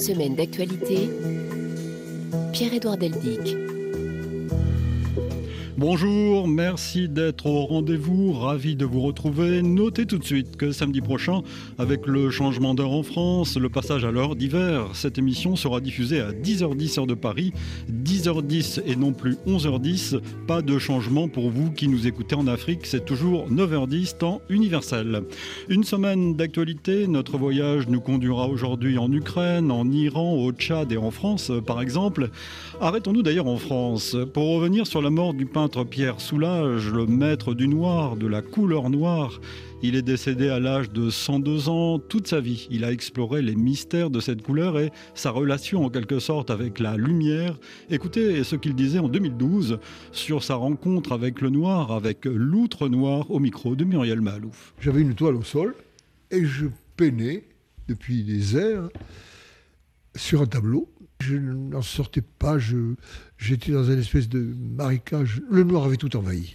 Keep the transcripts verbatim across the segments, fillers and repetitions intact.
semaine d'actualité, Pierre-Édouard Deldic. Bonjour, merci d'être au rendez-vous, ravi de vous retrouver. Notez tout de suite que samedi prochain, avec le changement d'heure en France, le passage à l'heure d'hiver, cette émission sera diffusée à dix heures dix heure de Paris, dix heures dix et non plus onze heures dix. Pas de changement pour vous qui nous écoutez en Afrique, c'est toujours neuf heures dix temps universel. Une semaine d'actualité, notre voyage nous conduira aujourd'hui en Ukraine, en Iran, au Tchad et en France par exemple. Arrêtons-nous d'ailleurs en France pour revenir sur la mort du peintre Pierre Soulages, le maître du noir, de la couleur noire. Il est décédé à l'âge de cent deux ans. Toute sa vie, il a exploré les mystères de cette couleur et sa relation en quelque sorte avec la lumière. Écoutez ce qu'il disait en deux mille douze sur sa rencontre avec le noir, avec l'outre noir, au micro de Muriel Mahalouf. J'avais une toile au sol et je peinais depuis des heures sur un tableau. Je n'en sortais pas, je, j'étais dans une espèce de marécage. Le noir avait tout envahi.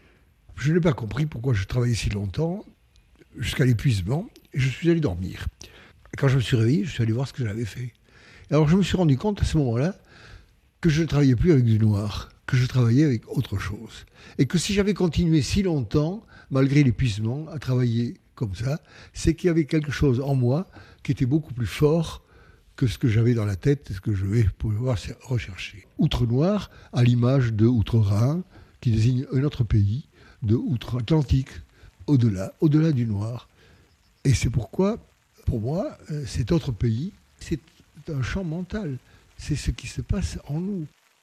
Je n'ai pas compris pourquoi je travaillais si longtemps, jusqu'à l'épuisement, et je suis allé dormir. Et quand je me suis réveillé, je suis allé voir ce que j'avais fait. Et alors je me suis rendu compte à ce moment-là que je ne travaillais plus avec du noir, que je travaillais avec autre chose. Et que si j'avais continué si longtemps, malgré l'épuisement, à travailler comme ça, c'est qu'il y avait quelque chose en moi qui était beaucoup plus fort que ce que j'avais dans la tête et ce que je vais pouvoir rechercher. Outre-Noir, à l'image de Outre-Rhin, qui désigne un autre pays, de Outre-Atlantique, au-delà, au-delà du noir. Et c'est pourquoi, pour moi, cet autre pays, c'est un champ mental. C'est ce qui se passe en nous.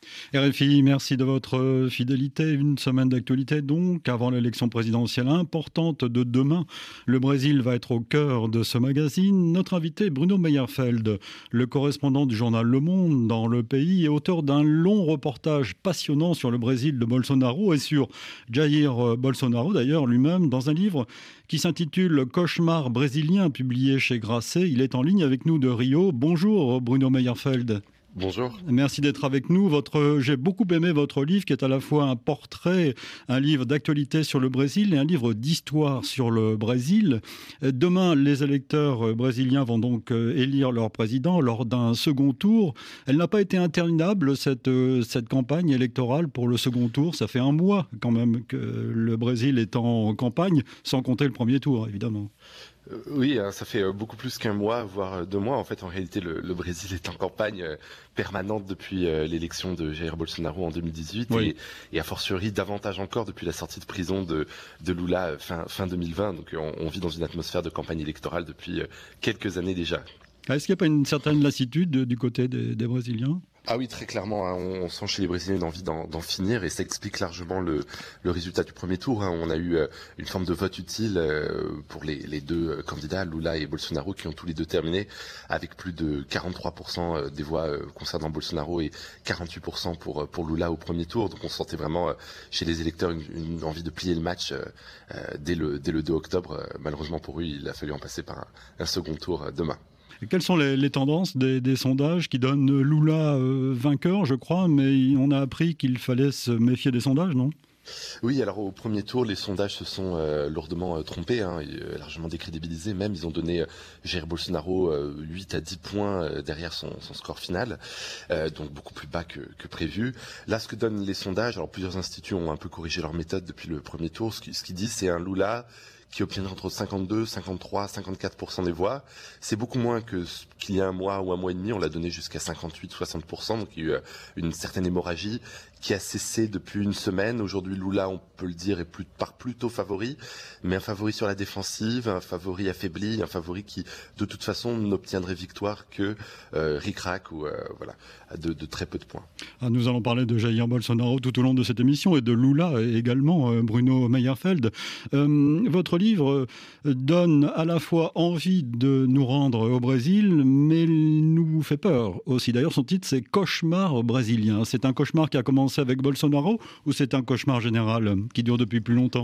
R F I, merci de votre fidélité. Une semaine d'actualité donc, avant l'élection présidentielle importante de demain. Le Brésil va être au cœur de ce magazine. Notre invité, Bruno Meyerfeld, le correspondant du journal Le Monde dans le pays et auteur d'un long reportage passionnant sur le Brésil de Bolsonaro et sur Jair Bolsonaro d'ailleurs lui-même, dans un livre qui s'intitule « Cauchemar brésilien » publié chez Grasset. Il est en ligne avec nous de Rio. Bonjour Bruno Meyerfeld. Bonjour. Merci d'être avec nous. Votre, j'ai beaucoup aimé votre livre qui est à la fois un portrait, un livre d'actualité sur le Brésil et un livre d'histoire sur le Brésil. Demain, les électeurs brésiliens vont donc élire leur président lors d'un second tour. Elle n'a pas été interminable, cette, cette campagne électorale pour le second tour. Ça fait un mois quand même que le Brésil est en campagne, sans compter le premier tour, évidemment. Oui, ça fait beaucoup plus qu'un mois, voire deux mois. En fait, en réalité, le, le Brésil est en campagne permanente depuis l'élection de Jair Bolsonaro en deux mille dix-huit oui. et, et a fortiori davantage encore depuis la sortie de prison de, de Lula fin, fin deux mille vingt. Donc on, on vit dans une atmosphère de campagne électorale depuis quelques années déjà. Est-ce qu'il n'y a pas une certaine lassitude du côté des, des Brésiliens ? Ah oui, très clairement, hein, on, on sent chez les Brésiliens une envie d'en, d'en finir et ça explique largement le, le résultat du premier tour. Hein. On a eu euh, une forme de vote utile euh, pour les, les deux candidats, Lula et Bolsonaro, qui ont tous les deux terminé avec plus de quarante-trois pour cent des voix euh, concernant Bolsonaro et quarante-huit pour cent pour, pour Lula au premier tour. Donc on sentait vraiment euh, chez les électeurs une, une envie de plier le match euh, euh, dès, le, dès le deux octobre. Malheureusement pour eux, il a fallu en passer par un, un second tour euh, demain. Et quelles sont les, les tendances des, des sondages qui donnent Lula euh, vainqueur, je crois, mais on a appris qu'il fallait se méfier des sondages, non ? Oui, alors au premier tour, les sondages se sont euh, lourdement euh, trompés, hein, et, euh, largement décrédibilisés même. Ils ont donné euh, Jair Bolsonaro euh, huit à dix points euh, derrière son, son score final, euh, donc beaucoup plus bas que, que prévu. Là, ce que donnent les sondages, alors plusieurs instituts ont un peu corrigé leur méthode depuis le premier tour. Ce, qui, ce qu'ils disent, c'est un Lula qui obtiendrait entre cinquante-deux, cinquante-trois, cinquante-quatre pour cent des voix. C'est beaucoup moins que ce qu'il y a un mois ou un mois et demi. On l'a donné jusqu'à cinquante-huit, soixante pour cent. Donc il y a eu une certaine hémorragie qui a cessé depuis une semaine. Aujourd'hui, Lula, on peut le dire, est plus, part plutôt favori, mais un favori sur la défensive, un favori affaibli, un favori qui, de toute façon, n'obtiendrait victoire que euh, ric-rac ou euh, voilà, de, de très peu de points. Ah, nous allons parler de Jair Bolsonaro tout au long de cette émission et de Lula également, euh, Bruno Meyerfeld. Euh, votre livre donne à la fois envie de nous rendre au Brésil, mais nous fait peur aussi. D'ailleurs, son titre, c'est « Cauchemar brésilien ». C'est un cauchemar qui a commencé avec Bolsonaro ou c'est un cauchemar général qui dure depuis plus longtemps ?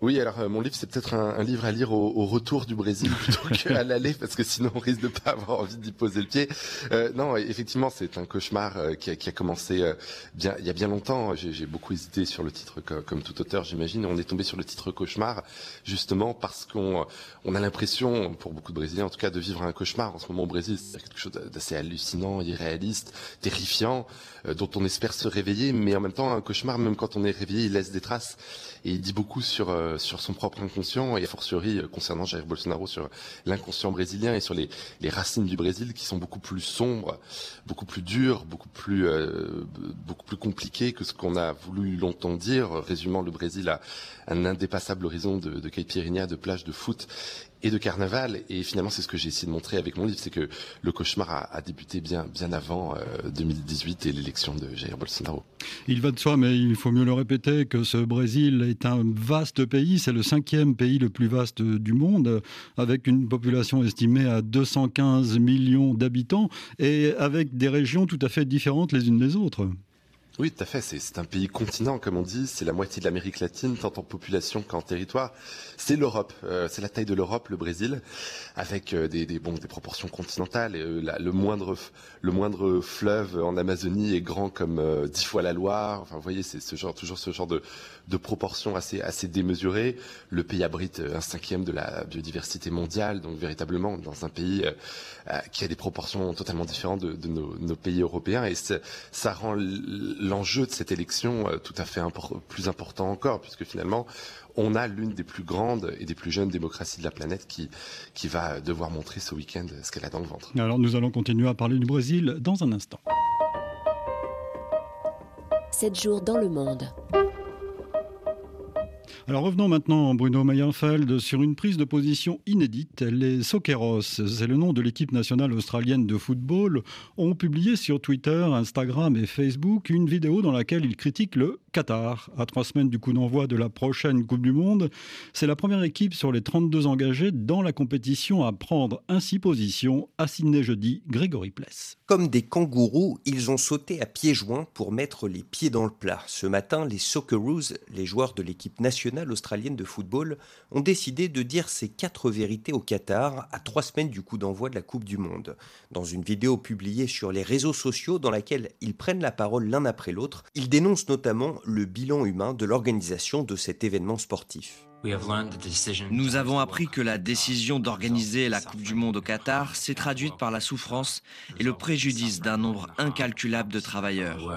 Oui, alors euh, mon livre, c'est peut-être un, un livre à lire au, au retour du Brésil plutôt qu'à l'aller, parce que sinon on risque de pas avoir envie d'y poser le pied. Euh, non, effectivement, c'est un cauchemar euh, qui, a, qui a commencé euh, bien, il y a bien longtemps. J'ai, j'ai beaucoup hésité sur le titre, comme, comme tout auteur, j'imagine. On est tombé sur le titre cauchemar, justement parce qu'on on a l'impression, pour beaucoup de Brésiliens en tout cas, de vivre un cauchemar en ce moment au Brésil. C'est quelque chose d'assez hallucinant, irréaliste, terrifiant, euh, dont on espère se réveiller, mais en même temps, un cauchemar, même quand on est réveillé, il laisse des traces. Et il dit beaucoup sur euh, sur son propre inconscient, et a fortiori euh, concernant Jair Bolsonaro sur l'inconscient brésilien et sur les, les racines du Brésil qui sont beaucoup plus sombres, beaucoup plus dures, beaucoup plus euh, beaucoup plus compliquées que ce qu'on a voulu longtemps dire, résumant le Brésil à un indépassable horizon de, de caipirinha, de plages, de foot et de carnaval. Et finalement, c'est ce que j'ai essayé de montrer avec mon livre, c'est que le cauchemar a, a débuté bien, bien avant euh, deux mille dix-huit et l'élection de Jair Bolsonaro. Il va de soi, mais il faut mieux le répéter, que ce Brésil est un vaste pays. C'est le cinquième pays le plus vaste du monde, avec une population estimée à deux cent quinze millions d'habitants et avec des régions tout à fait différentes les unes des autres. Oui, tout à fait. C'est, c'est un pays continent, comme on dit. C'est la moitié de l'Amérique latine, tant en population qu'en territoire. C'est l'Europe. Euh, c'est la taille de l'Europe, le Brésil, avec euh, des, des, bon, des proportions continentales. Et, euh, la, le moindre, le moindre fleuve en Amazonie est grand comme euh, dix fois la Loire. Enfin, vous voyez, c'est ce genre, toujours ce genre de, de proportions assez, assez démesurées. Le pays abrite un cinquième de la biodiversité mondiale, donc véritablement dans un pays euh, qui a des proportions totalement différentes de, de nos, nos pays européens. Et ça rend l'enjeu de cette élection euh, tout à fait impor- plus important encore, puisque finalement, on a l'une des plus grandes et des plus jeunes démocraties de la planète qui, qui va devoir montrer ce week-end ce qu'elle a dans le ventre. Alors nous allons continuer à parler du Brésil dans un instant. sept jours dans le monde. Alors revenons maintenant, Bruno Meyenfeld, sur une prise de position inédite. Les Soqueiros, c'est le nom de l'équipe nationale australienne de football, ont publié sur Twitter, Instagram et Facebook une vidéo dans laquelle ils critiquent le Qatar. À trois semaines du coup d'envoi de la prochaine Coupe du Monde, c'est la première équipe sur les trente-deux engagés dans la compétition à prendre ainsi position, a signé jeudi Grégory Pless. Comme des kangourous, ils ont sauté à pieds joints pour mettre les pieds dans le plat. Ce matin, les Socceroos, les joueurs de l'équipe nationale australienne de football, ont décidé de dire ces quatre vérités au Qatar à trois semaines du coup d'envoi de la Coupe du Monde. Dans une vidéo publiée sur les réseaux sociaux dans laquelle ils prennent la parole l'un après l'autre, ils dénoncent notamment le bilan humain de l'organisation de cet événement sportif. Nous avons appris que la décision d'organiser la Coupe du Monde au Qatar s'est traduite par la souffrance et le préjudice d'un nombre incalculable de travailleurs.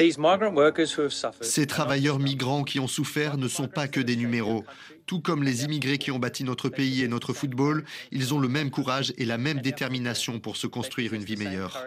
Ces travailleurs migrants qui ont souffert ne sont pas que des numéros. Tout comme les immigrés qui ont bâti notre pays et notre football, ils ont le même courage et la même détermination pour se construire une vie meilleure.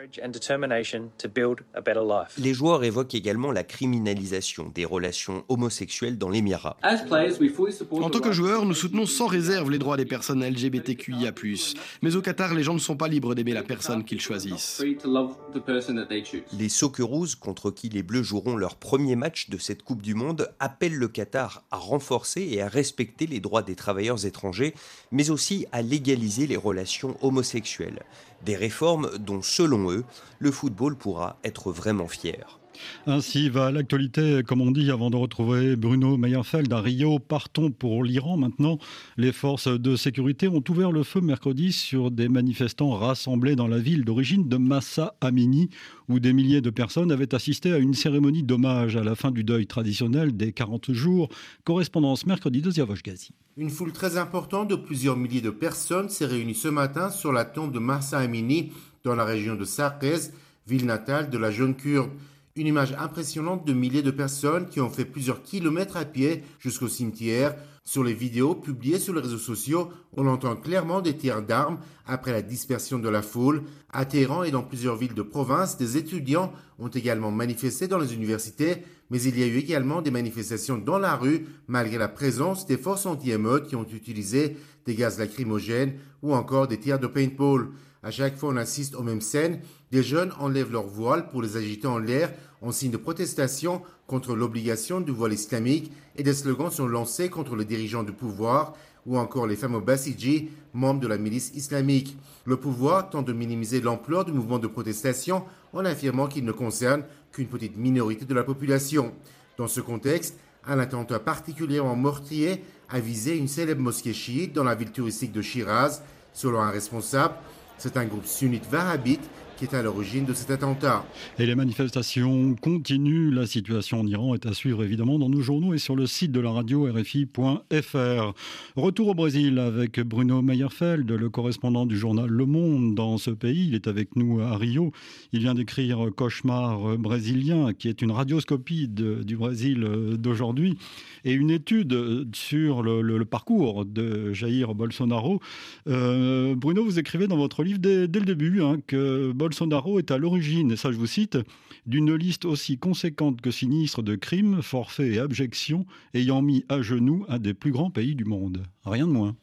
Les joueurs évoquent également la criminalisation des relations homosexuelles dans l'Émirat. En tant que joueurs, nous soutenons sans réserve les droits des personnes L G B T Q I A plus. Mais au Qatar, les gens ne sont pas libres d'aimer la personne qu'ils choisissent. Les Socceroos, contre qui les Bleus joueront leur premier match de cette Coupe du Monde, appellent le Qatar à renforcer et à respecter les droits des travailleurs étrangers, mais aussi à légaliser les relations homosexuelles. Des réformes dont, selon eux, le football pourra être vraiment fier. Ainsi va l'actualité, comme on dit, avant de retrouver Bruno Meyenfeld à Rio. Partons pour l'Iran maintenant. Les forces de sécurité ont ouvert le feu mercredi sur des manifestants rassemblés dans la ville d'origine de Mahsa Amini, où des milliers de personnes avaient assisté à une cérémonie d'hommage à la fin du deuil traditionnel des quarante jours. Correspondance mercredi de Ziavosh Gazi. Une foule très importante de plusieurs milliers de personnes s'est réunie ce matin sur la tombe de Mahsa Amini dans la région de Sarkez, ville natale de la jeune kurde. Une image impressionnante de milliers de personnes qui ont fait plusieurs kilomètres à pied jusqu'au cimetière. Sur les vidéos publiées sur les réseaux sociaux, on entend clairement des tirs d'armes après la dispersion de la foule. À Téhéran et dans plusieurs villes de province, des étudiants ont également manifesté dans les universités, mais il y a eu également des manifestations dans la rue malgré la présence des forces anti-émeutes qui ont utilisé des gaz lacrymogènes ou encore des tirs de paintball. À chaque fois, on assiste aux mêmes scènes. Des jeunes enlèvent leurs voiles pour les agiter en l'air en signe de protestation contre l'obligation du voile islamique et des slogans sont lancés contre les dirigeants du pouvoir ou encore les fameux Basiji, membres de la milice islamique. Le pouvoir tente de minimiser l'ampleur du mouvement de protestation en affirmant qu'il ne concerne qu'une petite minorité de la population. Dans ce contexte, Un attentat particulièrement meurtrier a visé une célèbre mosquée chiite dans la ville touristique de Shiraz. Selon un responsable, c'est un groupe sunnite wahhabite qui est à l'origine de cet attentat. Et les manifestations continuent. La situation en Iran est à suivre évidemment dans nos journaux et sur le site de la radio R F I point F R. Retour au Brésil avec Bruno Meyerfeld, le correspondant du journal Le Monde dans ce pays. Il est avec nous à Rio. Il vient d'écrire Cauchemar brésilien, qui est une radioscopie de, du Brésil d'aujourd'hui et une étude sur le, le, le parcours de Jair Bolsonaro. Euh, Bruno, vous écrivez dans votre livre dès, dès le début hein, que Bolsonaro est à l'origine, et ça je vous cite, d'une liste aussi conséquente que sinistre de crimes, forfaits et abjections ayant mis à genoux un des plus grands pays du monde. Rien de moins.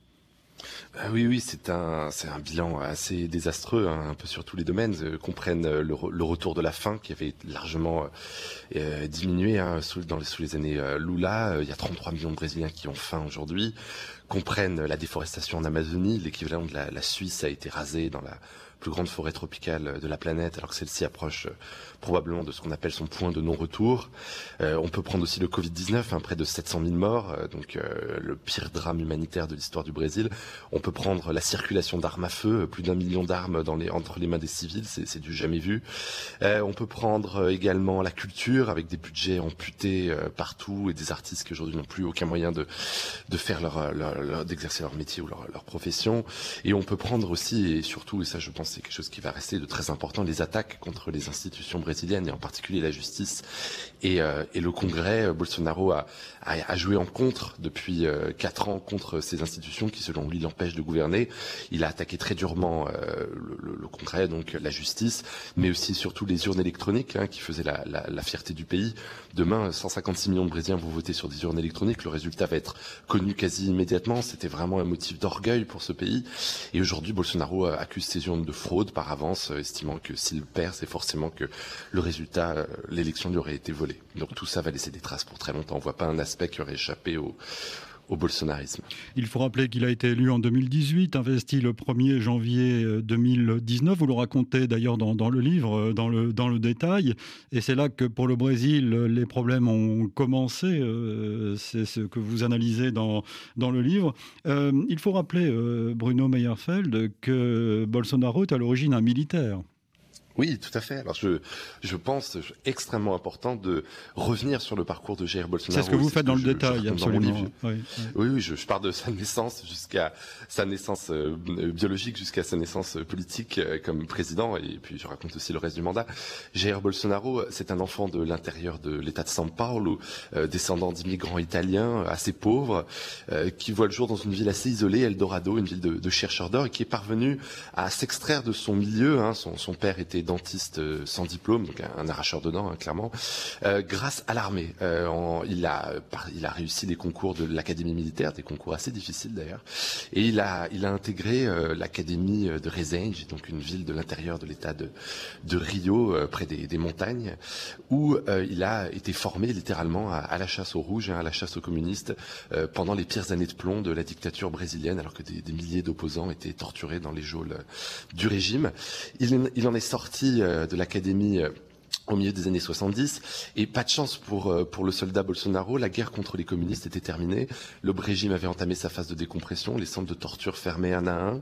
Ah oui, oui, c'est un, c'est un bilan assez désastreux, hein, un peu sur tous les domaines. Euh, qu'on prenne le, le retour de la faim qui avait largement euh, diminué hein, sous, dans les, sous les années euh, Lula. Euh, il y a trente-trois millions de Brésiliens qui ont faim aujourd'hui. Qu'on prenne la déforestation en Amazonie, l'équivalent de la, la Suisse a été rasée dans la plus grande forêt tropicale de la planète, alors que celle-ci approche euh, probablement de ce qu'on appelle son point de non-retour. Euh, on peut prendre aussi le covid dix-neuf, hein, près de sept cent mille morts, euh, donc euh, le pire drame humanitaire de l'histoire du Brésil. On peut prendre la circulation d'armes à feu, plus d'un million d'armes dans les, entre les mains des civils, c'est, c'est du jamais vu. Euh, on peut prendre également la culture, avec des budgets amputés euh, partout et des artistes qui aujourd'hui n'ont plus aucun moyen de, de faire leur, leur, leur, d'exercer leur métier ou leur, leur profession. Et on peut prendre aussi, et surtout, et ça je pense c'est quelque chose qui va rester de très important, les attaques contre les institutions brésiliennes et en particulier la justice et, euh, et le Congrès. Bolsonaro a, a, a joué en contre depuis euh, quatre ans contre ces institutions qui selon lui l'empêchent de gouverner. Il a attaqué très durement euh, le, le Congrès, donc la justice, mais aussi surtout les urnes électroniques hein, qui faisaient la, la, la fierté du pays. Demain, cent cinquante-six millions de Brésiliens vont voter sur des urnes électroniques. Le résultat va être connu quasi immédiatement. C'était vraiment un motif d'orgueil pour ce pays. Et aujourd'hui, Bolsonaro accuse ces urnes de fraude par avance, estimant que s'il perd, c'est forcément que le résultat, l'élection lui aurait été volée. Donc tout ça va laisser des traces pour très longtemps. On ne voit pas un aspect qui aurait échappé au, au bolsonarisme. Il faut rappeler qu'il a été élu en deux mille dix-huit, investi le premier janvier deux mille dix-neuf. Vous le racontez d'ailleurs dans, dans le livre, dans le, dans le détail. Et c'est là que pour le Brésil, les problèmes ont commencé. Euh, c'est ce que vous analysez dans, dans le livre. Euh, il faut rappeler, euh, Bruno Meyerfeld, que Bolsonaro est à l'origine un militaire. Oui, tout à fait. Alors je, je pense extrêmement important de revenir sur le parcours de Jair Bolsonaro. C'est ce que vous c'est faites dans je, le détail, absolument. Oui, oui, oui, oui je, je pars de sa naissance jusqu'à sa naissance euh, biologique jusqu'à sa naissance politique euh, comme président, et puis je raconte aussi le reste du mandat. Jair Bolsonaro, c'est un enfant de l'intérieur de l'État de São Paulo, euh, descendant d'immigrants italiens assez pauvres, euh, qui voit le jour dans une ville assez isolée, Eldorado, une ville de, de chercheurs d'or, et qui est parvenu à s'extraire de son milieu. Hein. Son, son père était dentiste sans diplôme, donc un, un arracheur de dents, hein, clairement, euh, grâce à l'armée. Euh, en, il, a, par, il a réussi les concours de l'Académie militaire, des concours assez difficiles d'ailleurs, et il a, il a intégré euh, l'Académie de Resende, donc une ville de l'intérieur de l'État de, de Rio, euh, près des, des montagnes, où euh, il a été formé littéralement à, à la chasse aux rouges, hein, à la chasse aux communistes, euh, pendant les pires années de plomb de la dictature brésilienne, alors que des, des milliers d'opposants étaient torturés dans les geôles du régime. Il, il en est sorti de l'académie au milieu des années soixante-dix, et pas de chance pour, pour le soldat Bolsonaro, la guerre contre les communistes était terminée, le régime avait entamé sa phase de décompression, les centres de torture fermés un à un,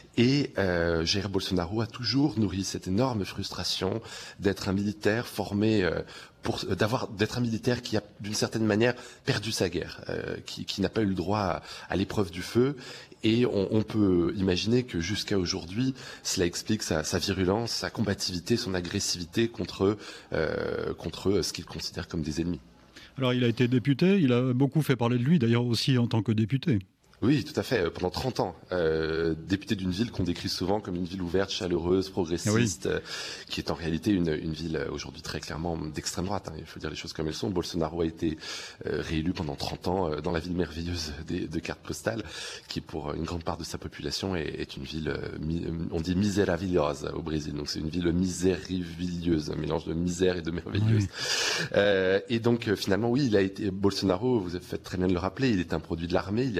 et euh, Jair Bolsonaro a toujours nourri cette énorme frustration d'être un militaire formé... Euh, Pour, d'avoir, d'être un militaire qui a d'une certaine manière perdu sa guerre, euh, qui, qui n'a pas eu le droit à, à l'épreuve du feu, et on, on peut imaginer que jusqu'à aujourd'hui, cela explique sa, sa virulence, sa combativité, son agressivité contre, euh, contre ce qu'il considère comme des ennemis. Alors il a été député, il a beaucoup fait parler de lui d'ailleurs aussi en tant que député. Oui, tout à fait. Pendant trente ans, euh, député d'une ville qu'on décrit souvent comme une ville ouverte, chaleureuse, progressiste, oui. euh, qui est en réalité une, une ville aujourd'hui très clairement d'extrême droite. Hein, il faut dire les choses comme elles sont. Bolsonaro a été euh, réélu pendant trente ans euh, dans la ville merveilleuse des, de cartes postales, qui pour une grande part de sa population est, est une ville, euh, mi, on dit miseravilhosa au Brésil. Donc c'est une ville misérivilieuse, un mélange de misère et de merveilleuse. Oui. Euh, et donc euh, finalement, oui, il a été Bolsonaro. Vous avez fait très bien de le rappeler. Il est un produit de l'armée. Il y a passé dix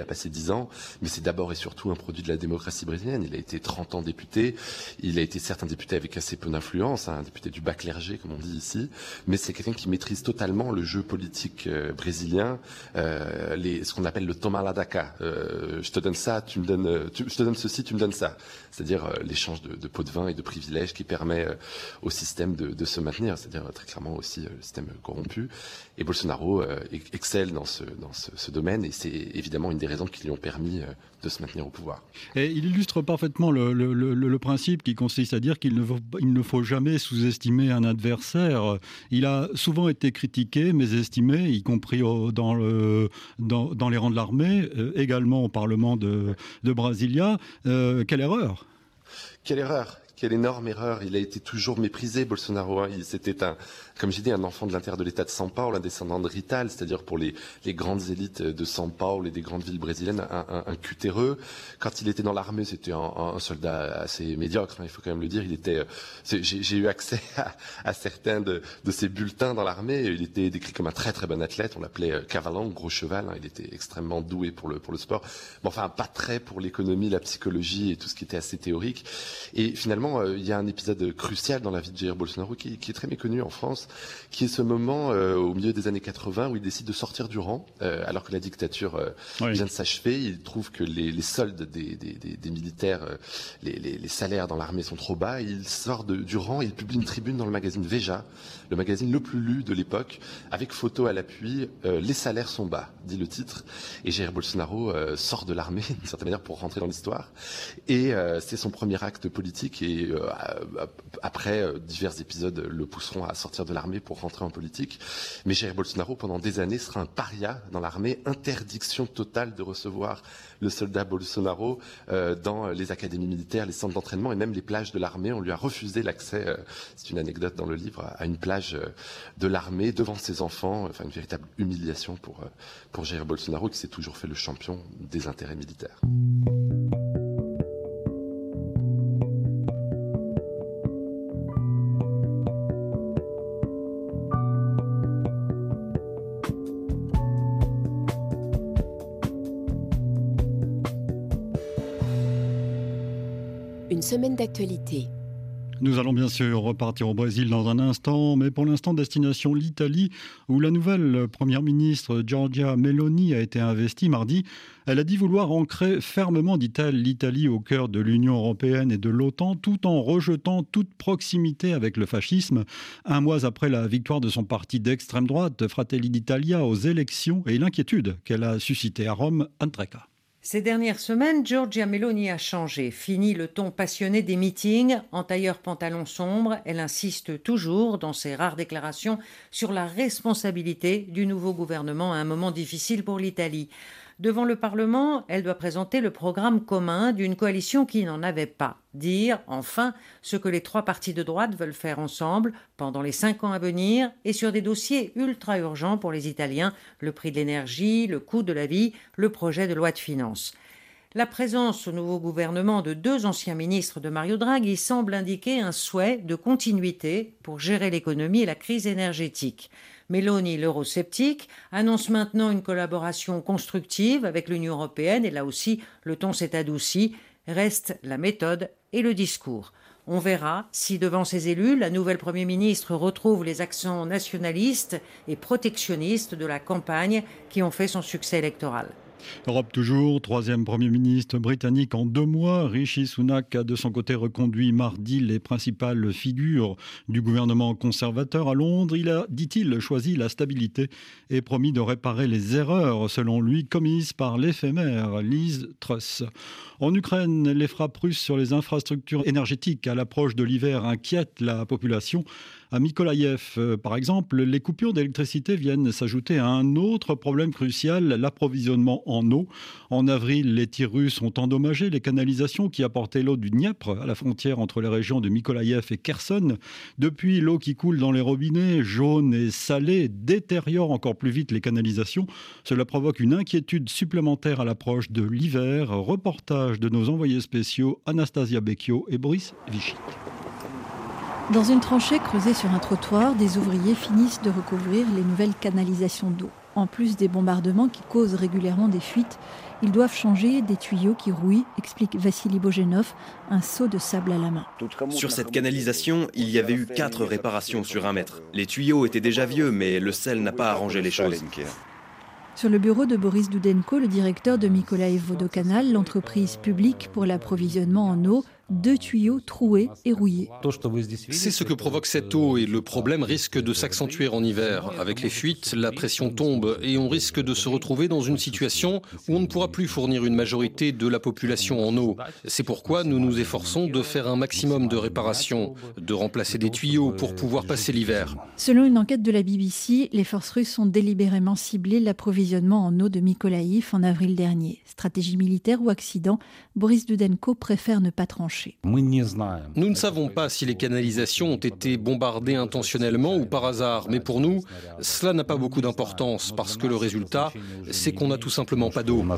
dix ans, mais c'est d'abord et surtout un produit de la démocratie brésilienne. Il a été trente ans député, il a été certes un député avec assez peu d'influence, hein, un député du bas clergé comme on dit ici, mais c'est quelqu'un qui maîtrise totalement le jeu politique euh, brésilien, euh, les, ce qu'on appelle le toma lá da cá. Euh, je te donne ça, tu me donnes, tu, je te donne ceci, tu me donnes ça. C'est-à-dire euh, l'échange de, de pots de vin et de privilèges qui permet euh, au système de, de se maintenir, c'est-à-dire euh, très clairement aussi euh, le système corrompu. Et Bolsonaro euh, excelle dans ce, dans ce, ce domaine et c'est évidemment une des raisons qui lui ont permis euh, de se maintenir au pouvoir. Et il illustre parfaitement le, le, le, le principe qui consiste à dire qu'il ne faut, il ne faut jamais sous-estimer un adversaire. Il a souvent été critiqué, mésestimé, y compris au, dans, le, dans, dans les rangs de l'armée, euh, également au Parlement de, de Brasilia. Euh, quelle erreur ! Quelle erreur ! Quelle énorme erreur. Il a été toujours méprisé, Bolsonaro. Hein. C'était un, comme j'ai dit, un enfant de l'intérieur de l'État de São Paulo, un descendant de Rital, c'est-à-dire pour les, les grandes élites de São Paulo et des grandes villes brésiliennes, un, un, un cutéreux. Quand il était dans l'armée, c'était un, un soldat assez médiocre, hein, il faut quand même le dire. Il était, j'ai, j'ai eu accès à, à certains de, de ses bulletins dans l'armée. Il était décrit comme un très très bon athlète. On l'appelait cavalan, gros cheval. Hein. Il était extrêmement doué pour le, pour le sport. Mais enfin, pas très pour l'économie, la psychologie et tout ce qui était assez théorique. Et finalement, il y a un épisode crucial dans la vie de Jair Bolsonaro qui, qui est très méconnu en France, qui est ce moment euh, au milieu des années quatre-vingts où il décide de sortir du rang, euh, alors que la dictature euh, oui. vient de s'achever. Il trouve que les, les soldes des, des, des, des militaires, euh, les, les, les salaires dans l'armée sont trop bas. Il sort de, du rang et il publie une tribune dans le magazine Veja, le magazine le plus lu de l'époque, avec photo à l'appui. Euh, les salaires sont bas, dit le titre. Et Jair Bolsonaro euh, sort de l'armée, d'une certaine manière, pour rentrer dans l'histoire. Et euh, c'est son premier acte politique. Et euh, après, euh, divers épisodes le pousseront à sortir de l'armée pour rentrer en politique. Mais Jair Bolsonaro, pendant des années, sera un paria dans l'armée. Interdiction totale de recevoir le soldat Bolsonaro euh, dans les académies militaires, les centres d'entraînement et même les plages de l'armée. On lui a refusé l'accès, euh, c'est une anecdote dans le livre, à une plage euh, de l'armée devant ses enfants. Enfin, une véritable humiliation pour, euh, pour Jair Bolsonaro qui s'est toujours fait le champion des intérêts militaires. Une semaine d'actualité. Nous allons bien sûr repartir au Brésil dans un instant, mais pour l'instant, destination l'Italie, où la nouvelle première ministre Giorgia Meloni a été investie mardi. Elle a dit vouloir ancrer fermement, dit-elle, l'Italie au cœur de l'Union européenne et de l'OTAN, tout en rejetant toute proximité avec le fascisme. Un mois après la victoire de son parti d'extrême droite, Fratelli d'Italia, aux élections et l'inquiétude qu'elle a suscitée à Rome, Anne Trecca. Ces dernières semaines, Giorgia Meloni a changé. Fini le ton passionné des meetings. En tailleur-pantalon sombre, elle insiste toujours, dans ses rares déclarations, sur la responsabilité du nouveau gouvernement à un moment difficile pour l'Italie. Devant le Parlement, elle doit présenter le programme commun d'une coalition qui n'en avait pas. Dire, enfin, ce que les trois partis de droite veulent faire ensemble pendant les cinq ans à venir et sur des dossiers ultra urgents pour les Italiens, le prix de l'énergie, le coût de la vie, le projet de loi de finances. La présence au nouveau gouvernement de deux anciens ministres de Mario Draghi semble indiquer un souhait de continuité pour gérer l'économie et la crise énergétique. Meloni, l'eurosceptique, annonce maintenant une collaboration constructive avec l'Union européenne et là aussi, le ton s'est adouci. Reste la méthode et le discours. On verra si, devant ses élus, la nouvelle Premier ministre retrouve les accents nationalistes et protectionnistes de la campagne qui ont fait son succès électoral. Europe toujours, troisième Premier ministre britannique en deux mois. Rishi Sunak a de son côté reconduit mardi les principales figures du gouvernement conservateur à Londres. Il a, dit-il, choisi la stabilité et promis de réparer les erreurs, selon lui, commises par l'éphémère Liz Truss. En Ukraine, les frappes russes sur les infrastructures énergétiques à l'approche de l'hiver inquiètent la population. À Mykolaïev, par exemple, les coupures d'électricité viennent s'ajouter à un autre problème crucial, l'approvisionnement en eau. En avril, les tirs russes ont endommagé les canalisations qui apportaient l'eau du Dniepr à la frontière entre les régions de Mykolaïev et Kherson. Depuis, l'eau qui coule dans les robinets, jaune et salée, détériore encore plus vite les canalisations. Cela provoque une inquiétude supplémentaire à l'approche de l'hiver. Reportage de nos envoyés spéciaux Anastasia Becchio et Boris Vichy. Dans une tranchée creusée sur un trottoir, des ouvriers finissent de recouvrir les nouvelles canalisations d'eau. En plus des bombardements qui causent régulièrement des fuites, ils doivent changer des tuyaux qui rouillent, explique Vassili Bojenov, un seau de sable à la main. Sur cette canalisation, il y avait eu quatre réparations sur un mètre. Les tuyaux étaient déjà vieux, mais le sel n'a pas arrangé les choses. Sur le bureau de Boris Doudenko, le directeur de Mykolaïv Vodokanal, l'entreprise publique pour l'approvisionnement en eau, deux tuyaux troués et rouillés. C'est ce que provoque cette eau et le problème risque de s'accentuer en hiver. Avec les fuites, la pression tombe et on risque de se retrouver dans une situation où on ne pourra plus fournir une majorité de la population en eau. C'est pourquoi nous nous efforçons de faire un maximum de réparations, de remplacer des tuyaux pour pouvoir passer l'hiver. Selon une enquête de la B B C, les forces russes ont délibérément ciblé l'approvisionnement en eau de Mykolaïv en avril dernier. Stratégie militaire ou accident, Boris Doudenko préfère ne pas trancher. Nous ne savons pas si les canalisations ont été bombardées intentionnellement ou par hasard, mais pour nous, cela n'a pas beaucoup d'importance parce que le résultat, c'est qu'on n'a tout simplement pas d'eau.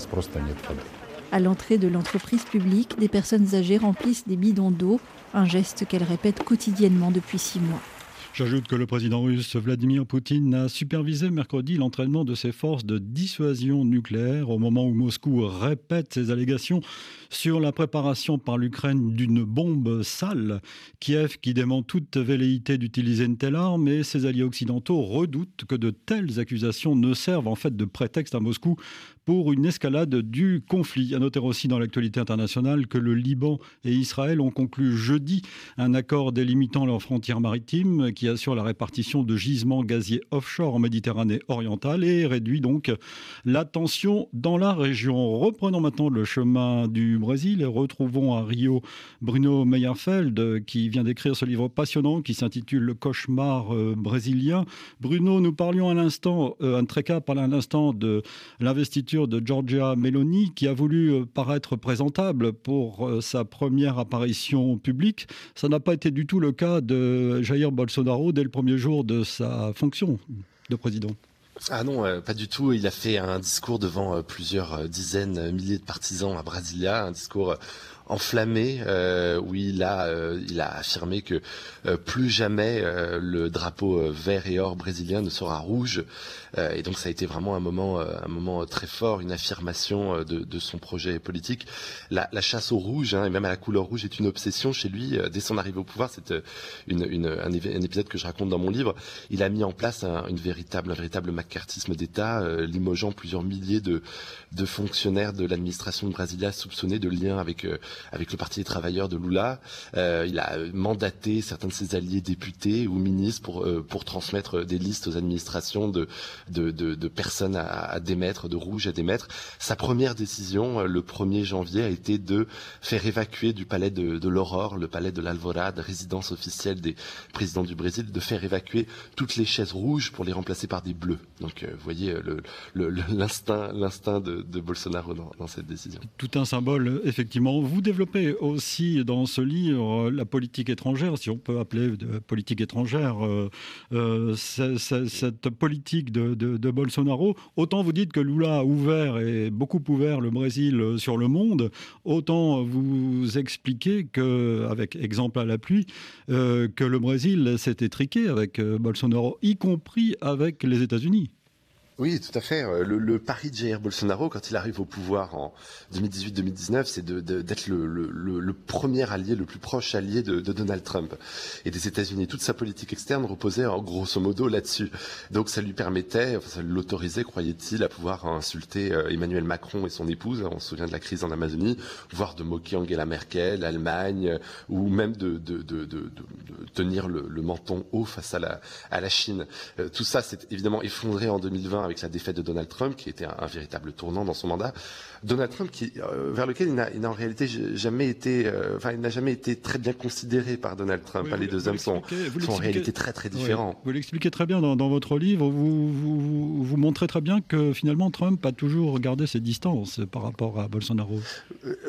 À l'entrée de l'entreprise publique, des personnes âgées remplissent des bidons d'eau, un geste qu'elles répètent quotidiennement depuis six mois. J'ajoute que le président russe Vladimir Poutine a supervisé mercredi l'entraînement de ses forces de dissuasion nucléaire au moment où Moscou répète ses allégations sur la préparation par l'Ukraine d'une bombe sale. Kiev qui dément toute velléité d'utiliser une telle arme et ses alliés occidentaux redoutent que de telles accusations ne servent en fait de prétexte à Moscou pour une escalade du conflit. À noter aussi dans l'actualité internationale que le Liban et Israël ont conclu jeudi un accord délimitant leurs frontières maritimes qui assure la répartition de gisements gaziers offshore en Méditerranée orientale et réduit donc la tension dans la région. Reprenons maintenant le chemin du Brésil et retrouvons à Rio Bruno Meyerfeld qui vient d'écrire ce livre passionnant qui s'intitule Le cauchemar euh, brésilien. Bruno, nous parlions à l'instant, euh, un tréca parlait à l'instant de l'investiture de Giorgia Meloni qui a voulu euh, paraître présentable pour euh, sa première apparition publique. Ça n'a pas été du tout le cas de Jair Bolsonaro dès le premier jour de sa fonction de président. Ah non, euh, pas du tout. Il a fait un discours devant euh, plusieurs euh, dizaines, euh, milliers de partisans à Brasilia, un discours euh, enflammé euh, où il a euh, il a affirmé que euh, plus jamais euh, le drapeau euh, vert et or brésilien ne sera rouge euh, et donc ça a été vraiment un moment euh, un moment très fort, une affirmation euh, de, de son projet politique. La, la chasse au rouge hein, et même à la couleur rouge est une obsession chez lui euh, dès son arrivée au pouvoir. C'est euh, une, une un, un épisode que je raconte dans mon livre. Il a mis en place un, une véritable un véritable macartisme d'État, euh, limogeant plusieurs milliers de de fonctionnaires de l'administration de Brasilia soupçonnés de liens avec euh, avec le Parti des travailleurs de Lula. Euh, il a mandaté certains de ses alliés députés ou ministres pour euh, pour transmettre des listes aux administrations de de de, de personnes à, à démettre, de rouges à démettre. Sa première décision, le premier janvier, a été de faire évacuer du palais de, de l'Aurore, le palais de l'Alvorada, résidence officielle des présidents du Brésil, de faire évacuer toutes les chaises rouges pour les remplacer par des bleus. Donc, euh, vous voyez le, le, le, l'instinct, l'instinct de, de Bolsonaro dans, dans cette décision. Tout un symbole, effectivement. Vous développez aussi dans ce livre la politique étrangère, si on peut appeler de politique étrangère, euh, euh, c'est, c'est, cette politique de, de, de Bolsonaro. Autant vous dites que Lula a ouvert et beaucoup ouvert le Brésil sur le monde, autant vous expliquez que, avec exemple à l'appui, euh, que le Brésil s'est étriqué avec euh, Bolsonaro, y compris avec les États-Unis. Oui, tout à fait. Le, le pari de Jair Bolsonaro, quand il arrive au pouvoir en deux mille dix-huit deux mille dix-neuf, c'est de, de, d'être le, le, le premier allié, le plus proche allié de, de Donald Trump et des États-Unis. Toute sa politique externe reposait en grosso modo là-dessus. Donc ça lui permettait, enfin, ça l'autorisait, croyait-il, à pouvoir insulter Emmanuel Macron et son épouse. On se souvient de la crise en Amazonie, voire de moquer Angela Merkel, l'Allemagne, ou même de, de, de, de, de, de tenir le, le menton haut face à la, à la Chine. Tout ça s'est évidemment effondré en deux mille vingt avec la défaite de Donald Trump, qui était un, un véritable tournant dans son mandat. Donald Trump, qui, euh, vers lequel il n'a, il n'a en réalité jamais été, euh, enfin, il n'a jamais été très bien considéré par Donald Trump. Oui, les deux hommes sont, sont en réalité très très différents. Oui, vous l'expliquez très bien dans, dans votre livre. Vous, vous, vous, vous montrez très bien que finalement Trump a toujours gardé ses distances par rapport à Bolsonaro. Euh, euh,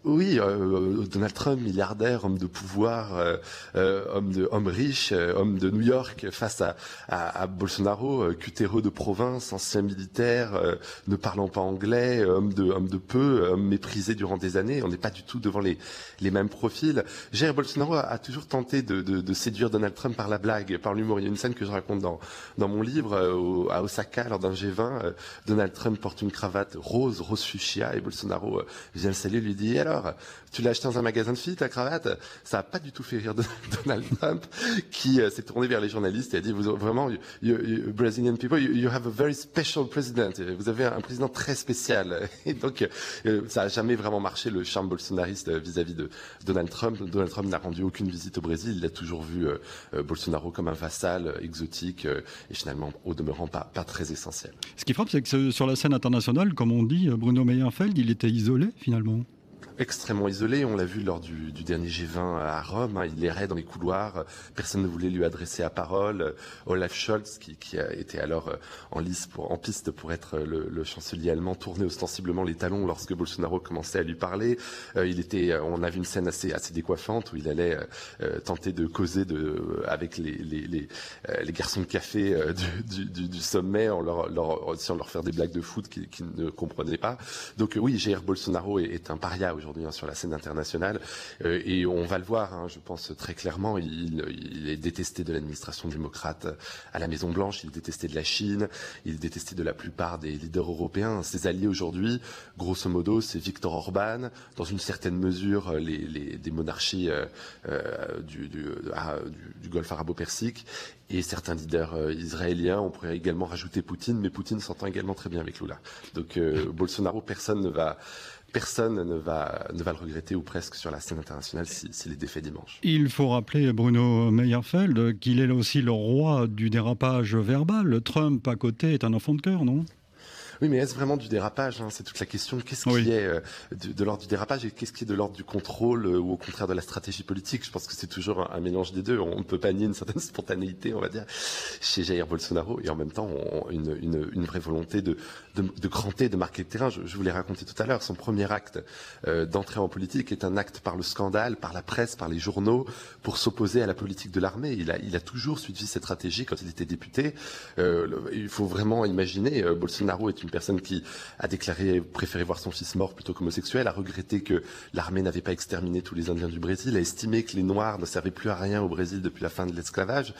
Oui, euh, Donald Trump, milliardaire, homme de pouvoir, euh, euh, homme de, homme riche, euh, homme de New York, face à, à, à Bolsonaro, euh, cutéreux de province, ancien militaire, euh, ne parlant pas anglais, euh, homme de, homme de peu, homme méprisé durant des années. On n'est pas du tout devant les, les mêmes profils. Jair Bolsonaro a, a toujours tenté de, de, de séduire Donald Trump par la blague, par l'humour. Il y a une scène que je raconte dans, dans mon livre, euh, au, à Osaka, lors d'un G vingt. Euh, Donald Trump porte une cravate rose, rose fuchsia, et Bolsonaro euh, vient le saluer, lui dit « Alors, tu l'as acheté dans un magasin de filles, ta cravate ?» Ça n'a pas du tout fait rire de Donald Trump, qui euh, s'est tourné vers les journalistes et a dit, vous, vraiment, you, you, Brazilian people, you, you have a very special president. Vous avez un président très spécial. Et donc, euh, ça n'a jamais vraiment marché, le charme bolsonariste vis-à-vis de Donald Trump. Donald Trump n'a rendu aucune visite au Brésil. Il a toujours vu euh, euh, Bolsonaro comme un vassal exotique euh, et finalement, au demeurant, pas, pas très essentiel. Ce qui frappe, c'est que sur la scène internationale, comme on dit, Bruno Meyenfeld, il était isolé, finalement. Extrêmement isolé, on l'a vu lors du, du dernier G vingt à Rome, hein, il errait dans les couloirs, personne ne voulait lui adresser la parole. Olaf Scholz, qui, qui a été alors en, lice pour, en piste pour être le, le chancelier allemand, tournait ostensiblement les talons lorsque Bolsonaro commençait à lui parler. Euh, il était, on a vu une scène assez, assez décoiffante où il allait euh, tenter de causer de, avec les, les, les, euh, les garçons de café euh, du, du, du sommet en leur, leur, essayant de leur faire des blagues de foot qu'ils, qu'ils ne comprenaient pas. Donc euh, oui, Jair Bolsonaro est, est un paria aujourd'hui sur la scène internationale euh, et on va le voir, hein, je pense très clairement, il, il est détesté de l'administration démocrate à la Maison Blanche, il est détesté de la Chine, il est détesté de la plupart des leaders européens. Ses alliés aujourd'hui, grosso modo, c'est Viktor Orban, dans une certaine mesure les, les, des monarchies euh, euh, du, du, ah, du, du Golfe arabo-persique et certains leaders euh, israéliens. On pourrait également rajouter Poutine, mais Poutine s'entend également très bien avec Lula. Donc euh, Bolsonaro, personne ne va Personne ne va, ne va le regretter ou presque sur la scène internationale s'il si, si est défait dimanche. Il faut rappeler, Bruno Meyenfeld, qu'il est là aussi le roi du dérapage verbal. Trump, à côté, est un enfant de cœur, non ? Oui, mais est-ce vraiment du dérapage, hein? C'est toute la question. Qu'est-ce qui oui. est euh, de, de l'ordre du dérapage et qu'est-ce qui est de l'ordre du contrôle euh, ou au contraire de la stratégie politique? Je pense que c'est toujours un, un mélange des deux. On ne peut pas nier une certaine spontanéité, on va dire, chez Jair Bolsonaro et en même temps on, une, une, une vraie volonté de, de, de cranter, de marquer le terrain. Je, je vous l'ai raconté tout à l'heure. Son premier acte euh, d'entrée en politique est un acte par le scandale, par la presse, par les journaux, pour s'opposer à la politique de l'armée. Il a, il a toujours suivi cette stratégie quand il était député. Euh, le, il faut vraiment imaginer, euh, Bolsonaro est une personne qui a déclaré préférer voir son fils mort plutôt qu'homosexuel, a regretté que l'armée n'avait pas exterminé tous les Indiens du Brésil, a estimé que les Noirs ne servaient plus à rien au Brésil depuis la fin de l'esclavage,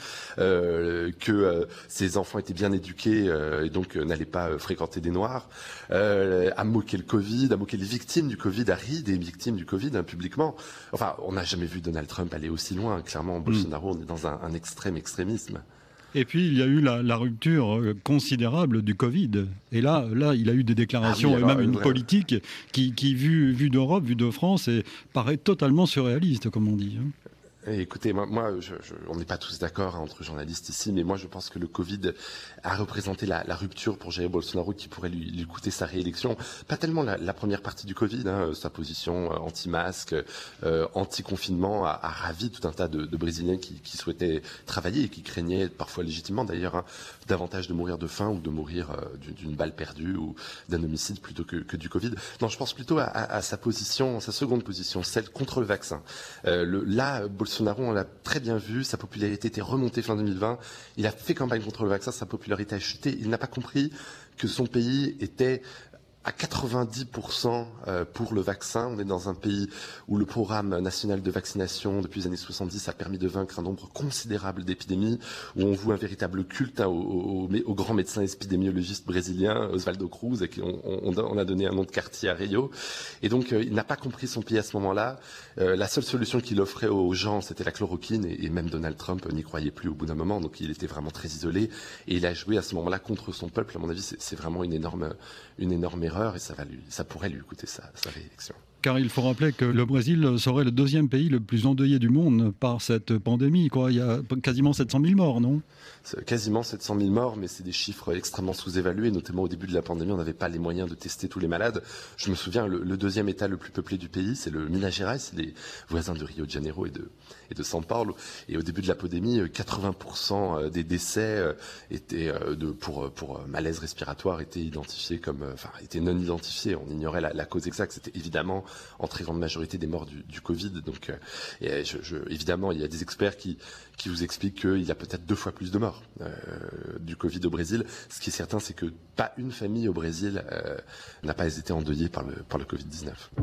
euh, que euh, ses enfants étaient bien éduqués euh, et donc euh, n'allaient pas euh, fréquenter des Noirs, euh, a moqué le Covid, a moqué les victimes du Covid, a ri des victimes du Covid hein, publiquement. Enfin, on n'a jamais vu Donald Trump aller aussi loin. Clairement, Bolsonaro, on est dans un, un extrême extrémisme. Et puis, il y a eu la, la rupture considérable du Covid. Et là, là il a eu des déclarations, ah oui, alors, et même une vraie... politique qui, qui vue, vue d'Europe, vue de France, et paraît totalement surréaliste, comme on dit. Écoutez, moi, moi je, je, on n'est pas tous d'accord hein, entre journalistes ici, mais moi je pense que le Covid a représenté la, la rupture pour Jair Bolsonaro qui pourrait lui, lui coûter sa réélection. Pas tellement la, la première partie du Covid, hein, sa position euh, anti-masque, euh, anti-confinement a, a ravi tout un tas de, de Brésiliens qui, qui souhaitaient travailler et qui craignaient, parfois légitimement d'ailleurs, hein, davantage de mourir de faim ou de mourir euh, d'une balle perdue ou d'un homicide plutôt que, que du Covid. Non, je pense plutôt à, à, à sa position, sa seconde position, celle contre le vaccin. Euh, le, là, Bolsonaro Bolsonaro, on l'a très bien vu, sa popularité était remontée fin deux mille vingt. Il a fait campagne contre le vaccin, sa popularité a chuté. Il n'a pas compris que son pays était à quatre-vingt-dix pour cent pour le vaccin. On est dans un pays où le programme national de vaccination depuis les années soixante-dix a permis de vaincre un nombre considérable d'épidémies, où on voue un véritable culte hein, au, au, au grand médecin épidémiologiste brésilien Osvaldo Cruz, à qui on, on, on a donné un nom de quartier à Rio. Et donc euh, il n'a pas compris son pays à ce moment-là. Euh, la seule solution qu'il offrait aux gens, c'était la chloroquine, et, et même Donald Trump n'y croyait plus au bout d'un moment, donc il était vraiment très isolé. Et il a joué à ce moment-là contre son peuple. À mon avis, c'est vraiment une énorme, une énorme erreur. Et ça, va lui, ça pourrait lui coûter sa, sa réélection. Car il faut rappeler que le Brésil serait le deuxième pays le plus endeuillé du monde par cette pandémie. Quoi. Il y a quasiment sept cent mille morts, non ? Quasiment sept cent mille morts, mais c'est des chiffres extrêmement sous-évalués. Notamment au début de la pandémie, on n'avait pas les moyens de tester tous les malades. Je me souviens, le, le deuxième état le plus peuplé du pays, c'est le Minas Gerais, c'est les voisins de Rio de Janeiro et de, et de São Paulo. Et au début de la pandémie, quatre-vingts pour cent des décès étaient de, pour, pour malaise respiratoire étaient identifiés comme, enfin, étaient non identifiés. On ignorait la, la cause exacte. C'était évidemment en très grande majorité des morts du, du Covid. Donc, euh, et je, je, évidemment, il y a des experts qui, qui vous expliquent qu'il y a peut-être deux fois plus de morts euh, du Covid au Brésil. Ce qui est certain, c'est que pas une famille au Brésil euh, n'a pas été endeuillée par le, par le Covid dix-neuf.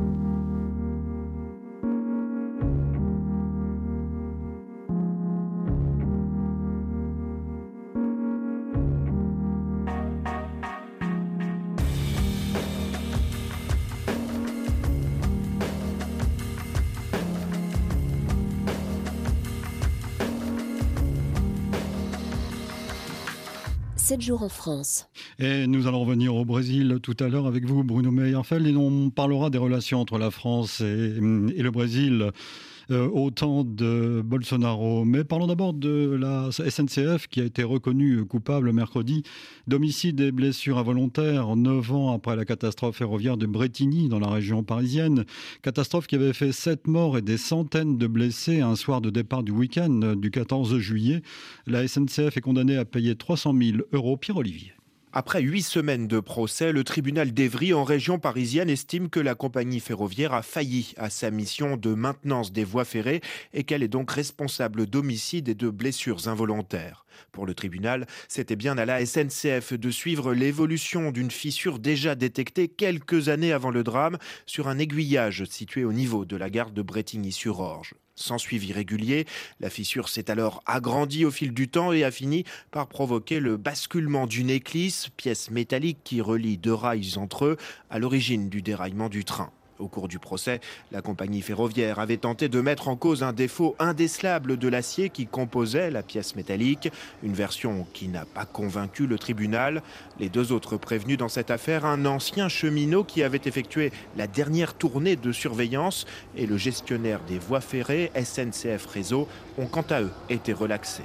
sept jours en France. Et nous allons revenir au Brésil tout à l'heure avec vous, Bruno Meyenfeld, et on parlera des relations entre la France et, et le Brésil euh, au temps de Bolsonaro. Mais parlons d'abord de la S N C F qui a été reconnue coupable mercredi d'homicide et blessures involontaires neuf ans après la catastrophe ferroviaire de Bretigny dans la région parisienne. Catastrophe qui avait fait sept morts et des centaines de blessés un soir de départ du week-end du quatorze juillet. La S N C F est condamnée à payer trois cent mille euros. Pierre-Olivier. Après huit semaines de procès, le tribunal d'Évry en région parisienne estime que la compagnie ferroviaire a failli à sa mission de maintenance des voies ferrées et qu'elle est donc responsable d'homicides et de blessures involontaires. Pour le tribunal, c'était bien à la S N C F de suivre l'évolution d'une fissure déjà détectée quelques années avant le drame sur un aiguillage situé au niveau de la gare de Bretigny-sur-Orge. Sans suivi régulier, la fissure s'est alors agrandie au fil du temps et a fini par provoquer le basculement d'une éclisse, pièce métallique qui relie deux rails entre eux, à l'origine du déraillement du train. Au cours du procès, la compagnie ferroviaire avait tenté de mettre en cause un défaut indécelable de l'acier qui composait la pièce métallique, une version qui n'a pas convaincu le tribunal. Les deux autres prévenus dans cette affaire, un ancien cheminot qui avait effectué la dernière tournée de surveillance et le gestionnaire des voies ferrées, S N C F Réseau, ont quant à eux été relaxés.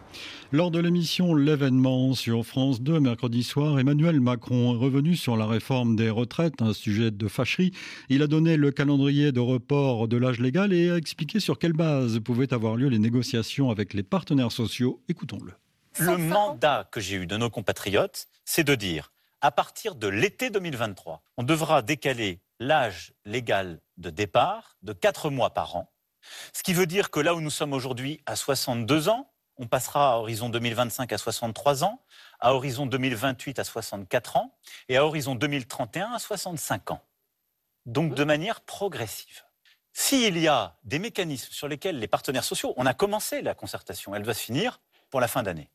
Lors de l'émission L'événement sur France deux, mercredi soir, Emmanuel Macron est revenu sur la réforme des retraites, un sujet de fâcherie. Il a donné le calendrier de report de l'âge légal et a expliqué sur quelle base pouvaient avoir lieu les négociations avec les partenaires sociaux. Écoutons-le. Le mandat que j'ai eu de nos compatriotes, c'est de dire, à partir de l'été deux mille vingt-trois, on devra décaler l'âge légal de départ de quatre mois par an. Ce qui veut dire que là où nous sommes aujourd'hui à soixante-deux ans, on passera à horizon deux mille vingt-cinq à soixante-trois ans, à horizon deux mille vingt-huit à soixante-quatre ans et à horizon deux mille trente et un à soixante-cinq ans. Donc de manière progressive. S'il y a des mécanismes sur lesquels les partenaires sociaux, on a commencé la concertation, elle doit se finir pour la fin d'année.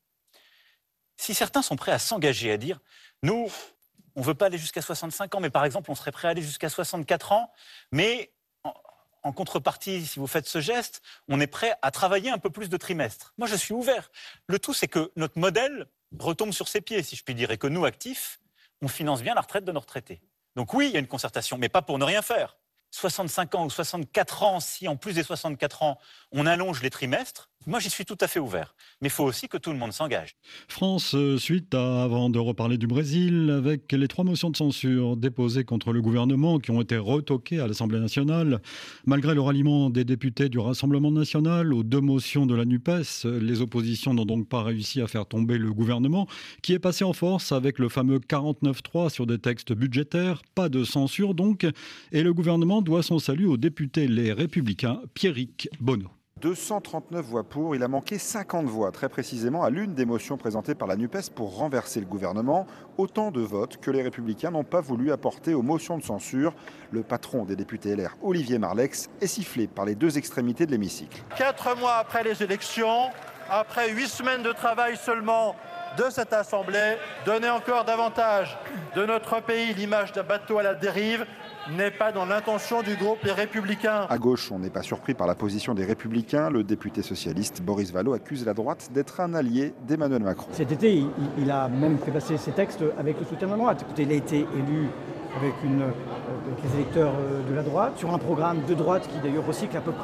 Si certains sont prêts à s'engager à dire, nous, on ne veut pas aller jusqu'à soixante-cinq ans, mais par exemple, on serait prêt à aller jusqu'à soixante-quatre ans, mais en contrepartie, si vous faites ce geste, on est prêt à travailler un peu plus de trimestres. Moi, je suis ouvert. Le tout, c'est que notre modèle retombe sur ses pieds, si je puis dire, et que nous, actifs, on finance bien la retraite de nos retraités. Donc oui, il y a une concertation, mais pas pour ne rien faire. soixante-cinq ans ou soixante-quatre ans, si en plus des soixante-quatre ans, on allonge les trimestres, moi j'y suis tout à fait ouvert. Mais il faut aussi que tout le monde s'engage. France, suite à, avant de reparler du Brésil, avec les trois motions de censure déposées contre le gouvernement qui ont été retoquées à l'Assemblée nationale. Malgré le ralliement des députés du Rassemblement national aux deux motions de la NUPES, les oppositions n'ont donc pas réussi à faire tomber le gouvernement qui est passé en force avec le fameux quarante-neuf trois sur des textes budgétaires. Pas de censure donc. Et le gouvernement doit son salut aux députés les Républicains, Pierrick Bonneau. deux cent trente-neuf voix pour, il a manqué cinquante voix très précisément à l'une des motions présentées par la NUPES pour renverser le gouvernement. Autant de votes que les Républicains n'ont pas voulu apporter aux motions de censure. Le patron des députés L R, Olivier Marleix, est sifflé par les deux extrémités de l'hémicycle. Quatre mois après les élections, après huit semaines de travail seulement de cette Assemblée, donner encore davantage de notre pays l'image d'un bateau à la dérive n'est pas dans l'intention du groupe Les Républicains. À gauche, on n'est pas surpris par la position des Républicains. Le député socialiste Boris Vallaud accuse la droite d'être un allié d'Emmanuel Macron. Cet été, il, il a même fait passer ses textes avec le soutien de la droite. Écoutez, il a été élu avec, une, avec les électeurs de la droite, sur un programme de droite qui d'ailleurs recycle à peu près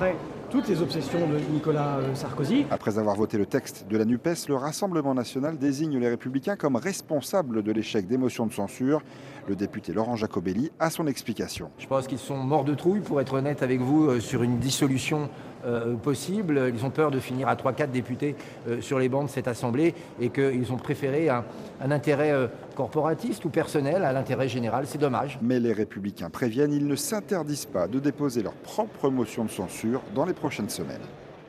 toutes les obsessions de Nicolas Sarkozy. Après avoir voté le texte de la NUPES, le Rassemblement national désigne les Républicains comme responsables de l'échec des motions de censure. Le député Laurent Jacobelli a son explication. Je pense qu'ils sont morts de trouille, pour être honnête avec vous, sur une dissolution euh, possible. Ils ont peur de finir à trois quatre députés euh, sur les bancs de cette Assemblée et qu'ils ont préféré un, un intérêt euh, corporatiste ou personnel à l'intérêt général. C'est dommage. Mais les Républicains préviennent, ils ne s'interdisent pas de déposer leur propre motion de censure dans les prochaines semaines.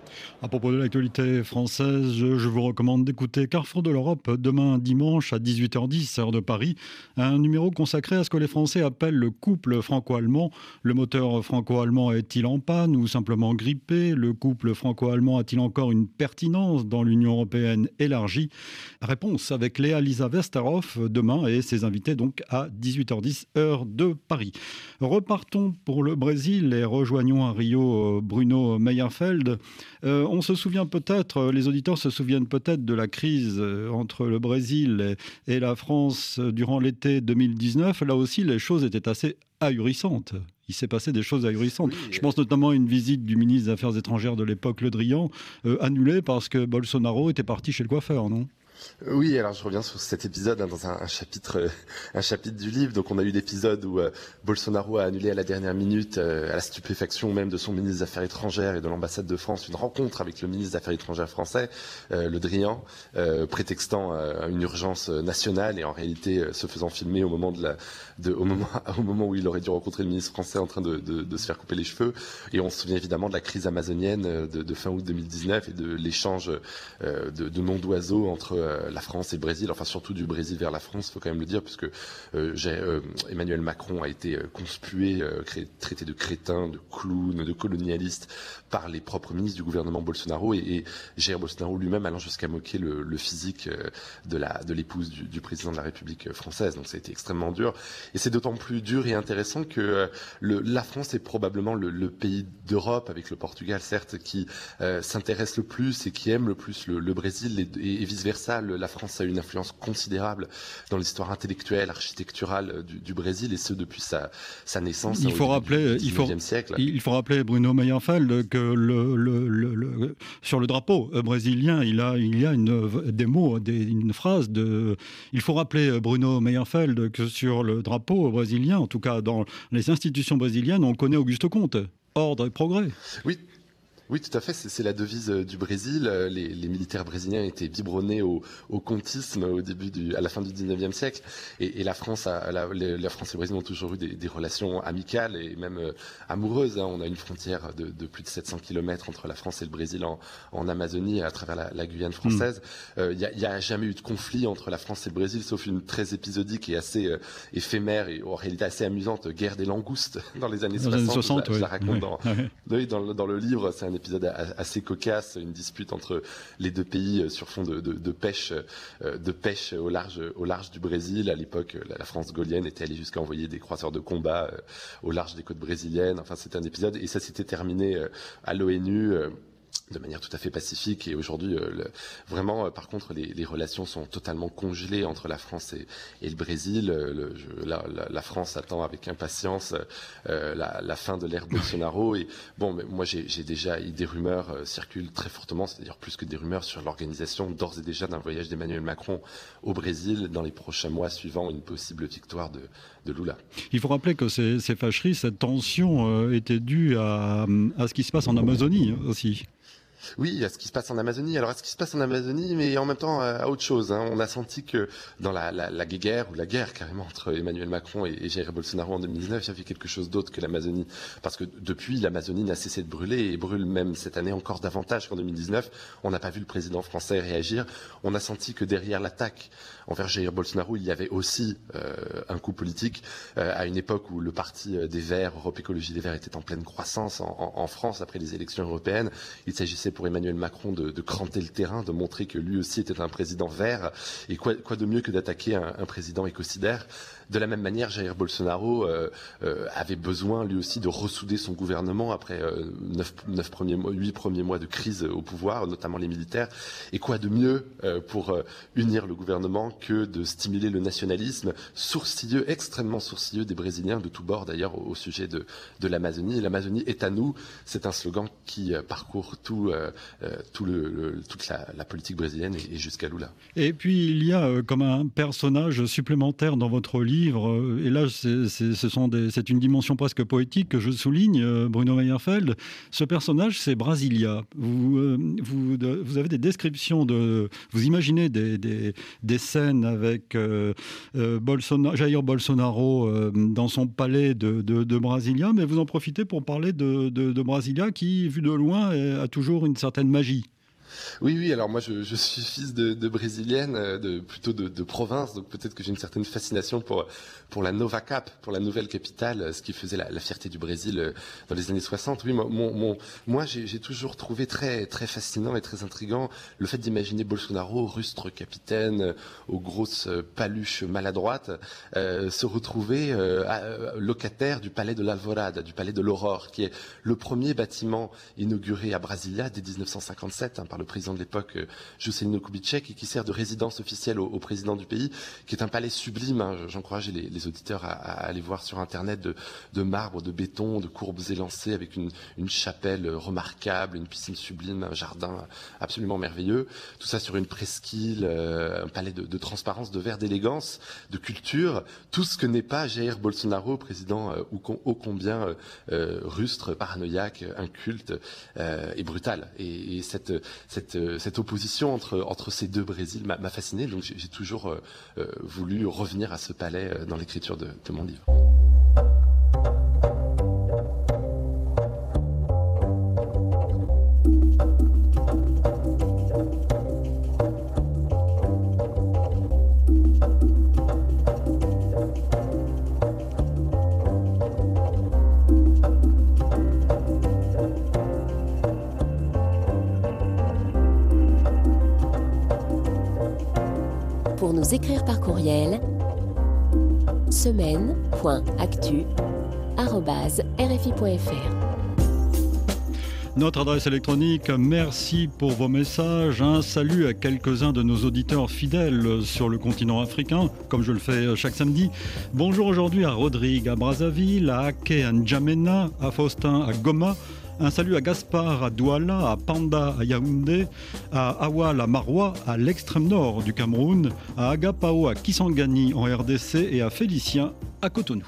À propos de l'actualité française, je, je vous recommande d'écouter Carrefour de l'Europe demain dimanche à dix-huit heures dix, heure de Paris. Un numéro consacré à ce que les Français appellent le couple franco-allemand. Le moteur franco-allemand est-il en panne ou simplement grippé? Le couple franco-allemand a-t-il encore une pertinence dans l'Union européenne élargie? Réponse avec Léa-Lisa Westerhoff demain et ses invités donc à dix-huit heures dix, heure de Paris. Repartons pour le Brésil et rejoignons à Rio Bruno Meyenfeld. Euh, on se souvient peut-être, les auditeurs se souviennent peut-être de la crise entre le Brésil et, et la France durant l'été deux mille dix-neuf. Là aussi, les choses étaient assez ahurissantes. Il s'est passé des choses ahurissantes. Oui. Je pense notamment à une visite du ministre des Affaires étrangères de l'époque, Le Drian, euh, annulée parce que Bolsonaro était parti chez le coiffeur, non ? Oui, alors je reviens sur cet épisode hein, dans un, un chapitre, euh, un chapitre du livre. Donc on a eu l'épisode où euh, Bolsonaro a annulé à la dernière minute, euh, à la stupéfaction même de son ministre des Affaires étrangères et de l'ambassade de France, une rencontre avec le ministre des Affaires étrangères français, euh, Le Drian, euh, prétextant euh, une urgence nationale et en réalité euh, se faisant filmer au moment de la, de, au moment, au moment où il aurait dû rencontrer le ministre français en train de, de, de se faire couper les cheveux. Et on se souvient évidemment de la crise amazonienne de, de fin août deux mille dix-neuf et de l'échange euh, de, de noms d'oiseaux entre euh, la France et le Brésil, enfin surtout du Brésil vers la France, il faut quand même le dire, puisque euh, j'ai, euh, Emmanuel Macron a été euh, conspué, euh, cré, traité de crétin, de clown, de colonialiste par les propres ministres du gouvernement Bolsonaro et, et Jair Bolsonaro lui-même allant jusqu'à moquer le, le physique euh, de, la, de l'épouse du, du président de la République française. Donc ça a été extrêmement dur. Et c'est d'autant plus dur et intéressant que euh, le, la France est probablement le, le pays d'Europe, avec le Portugal certes, qui euh, s'intéresse le plus et qui aime le plus le, le Brésil et, et, et vice-versa. Le, la France a une influence considérable dans l'histoire intellectuelle, architecturale du, du Brésil, et ce depuis sa, sa naissance. Il faut rappeler, il faut, siècle. il faut rappeler Bruno Meyenfeld que le, le, le, le, sur le drapeau brésilien, il a, il y a une, des mots, des, une phrase de. Il faut rappeler Bruno Meyenfeld que sur le drapeau brésilien, en tout cas dans les institutions brésiliennes, on connaît Auguste Comte, ordre et progrès. Oui. Oui, tout à fait. C'est, c'est la devise du Brésil. Les, les militaires brésiliens étaient biberonnés au, au comtisme au début du, à la fin du dix-neuvième siècle. Et, et la France, a, la, la France et le Brésil ont toujours eu des, des relations amicales et même euh, amoureuses. Hein. On a une frontière de, de plus de sept cents kilomètres entre la France et le Brésil en, en Amazonie, à travers la, la Guyane française. Il mmh. n'y a, a jamais eu de conflit entre la France et le Brésil, sauf une très épisodique et assez euh, éphémère et en réalité assez amusante guerre des langoustes dans les années soixante. Années soixante, je, la, oui. je la raconte oui. dans, oui. Oui, dans, dans le livre. C'est un épisode assez cocasse, une dispute entre les deux pays sur fond de, de, de pêche, de pêche au large, au large du Brésil. À l'époque, la France gaulienne était allée jusqu'à envoyer des croiseurs de combat au large des côtes brésiliennes. Enfin, c'était un épisode et ça s'était terminé à l'ONU de manière tout à fait pacifique. Et aujourd'hui, euh, le, vraiment, euh, par contre, les, les relations sont totalement congelées entre la France et, et le Brésil. Le, je, la, la, la France attend avec impatience euh, la, la fin de l'ère Bolsonaro. Et bon, mais moi, j'ai, j'ai déjà des rumeurs euh, circulent très fortement, c'est-à-dire plus que des rumeurs sur l'organisation d'ores et déjà d'un voyage d'Emmanuel Macron au Brésil dans les prochains mois suivant une possible victoire de, de Lula. Il faut rappeler que ces, ces fâcheries, cette tension euh, était due à, à ce qui se passe en Amazonie aussi. Oui, à ce qui se passe en Amazonie. Alors à ce qui se passe en Amazonie, mais en même temps à autre chose. Hein. On a senti que dans la, la, la guerre, ou la guerre carrément entre Emmanuel Macron et, et Jair Bolsonaro en deux mille dix-neuf, il y avait quelque chose d'autre que l'Amazonie. Parce que depuis, l'Amazonie n'a cessé de brûler et brûle même cette année encore davantage qu'en deux mille dix-neuf. On n'a pas vu le président français réagir. On a senti que derrière l'attaque envers Jair Bolsonaro, il y avait aussi euh, un coup politique. Euh, à une époque où le parti des Verts, Europe Écologie des Verts, était en pleine croissance en, en, en France après les élections européennes, il s'agissait pour Emmanuel Macron de, de cranter le terrain, de montrer que lui aussi était un président vert. Et quoi, quoi de mieux que d'attaquer un, un président écocidaire. De la même manière, Jair Bolsonaro euh, euh, avait besoin lui aussi de ressouder son gouvernement après euh, neuf, neuf premiers mois, huit premiers mois de crise au pouvoir, notamment les militaires. Et quoi de mieux euh, pour euh, unir le gouvernement que de stimuler le nationalisme sourcilleux, extrêmement sourcilleux des Brésiliens de tous bords d'ailleurs au, au sujet de, de l'Amazonie. L'Amazonie est à nous, c'est un slogan qui euh, parcourt tout, euh, euh, tout le, le, toute la, la politique brésilienne et, et jusqu'à Lula. Et puis il y a euh, comme un personnage supplémentaire dans votre livre, euh, et là c'est, c'est, ce sont des, c'est une dimension presque poétique que je souligne, euh, Bruno Meierfeld. Ce personnage, c'est Brasilia. Vous, euh, vous, de, vous avez des descriptions de, vous imaginez des, des, des scènes avec euh, euh, Bolsonaro, Jair Bolsonaro euh, dans son palais de, de, de Brasilia, mais vous en profitez pour parler de, de, de Brasilia qui, vu de loin, a toujours une certaine magie. Oui, oui, alors moi je, je suis fils de, de brésilienne, de, plutôt de, de province, donc peut-être que j'ai une certaine fascination pour, pour la Nova Cap, pour la nouvelle capitale, ce qui faisait la, la fierté du Brésil dans les années soixante. Oui, mon, mon, moi j'ai, j'ai toujours trouvé très, très fascinant et très intriguant le fait d'imaginer Bolsonaro, rustre capitaine, aux grosses paluches maladroites, euh, se retrouver euh, à, locataire du palais de l'Alvorada, du palais de l'Aurore, qui est le premier bâtiment inauguré à Brasilia dès dix-neuf cent cinquante-sept hein, par le président de l'époque, Juscelino Kubitschek, et qui sert de résidence officielle au, au président du pays, qui est un palais sublime. Hein, j'encourage les, les auditeurs à, à aller voir sur Internet, de, de marbre, de béton, de courbes élancées, avec une, une chapelle remarquable, une piscine sublime, un jardin absolument merveilleux. Tout ça sur une presqu'île, euh, un palais de, de transparence, de verre, d'élégance, de culture. Tout ce que n'est pas Jair Bolsonaro, président euh, ô combien euh, euh, rustre, paranoïaque, inculte euh, et brutal. Et, et cette Cette, cette opposition entre, entre ces deux Brésils m'a, m'a fasciné, donc j'ai, j'ai toujours euh, euh, voulu revenir à ce palais euh, dans l'écriture de, de mon livre. Pour nous écrire par courriel, semaine point actu arobase r f i point f r. Notre adresse électronique, merci pour vos messages. Un salut à quelques-uns de nos auditeurs fidèles sur le continent africain, comme je le fais chaque samedi. Bonjour aujourd'hui à Rodrigue à Brazzaville, à Ake à N'Djamena, à Faustin à Goma. Un salut à Gaspard, à Douala, à Panda, à Yaoundé, à Awal, à Maroua, à l'extrême nord du Cameroun, à Agapao, à Kisangani en R D C et à Félicien à Cotonou.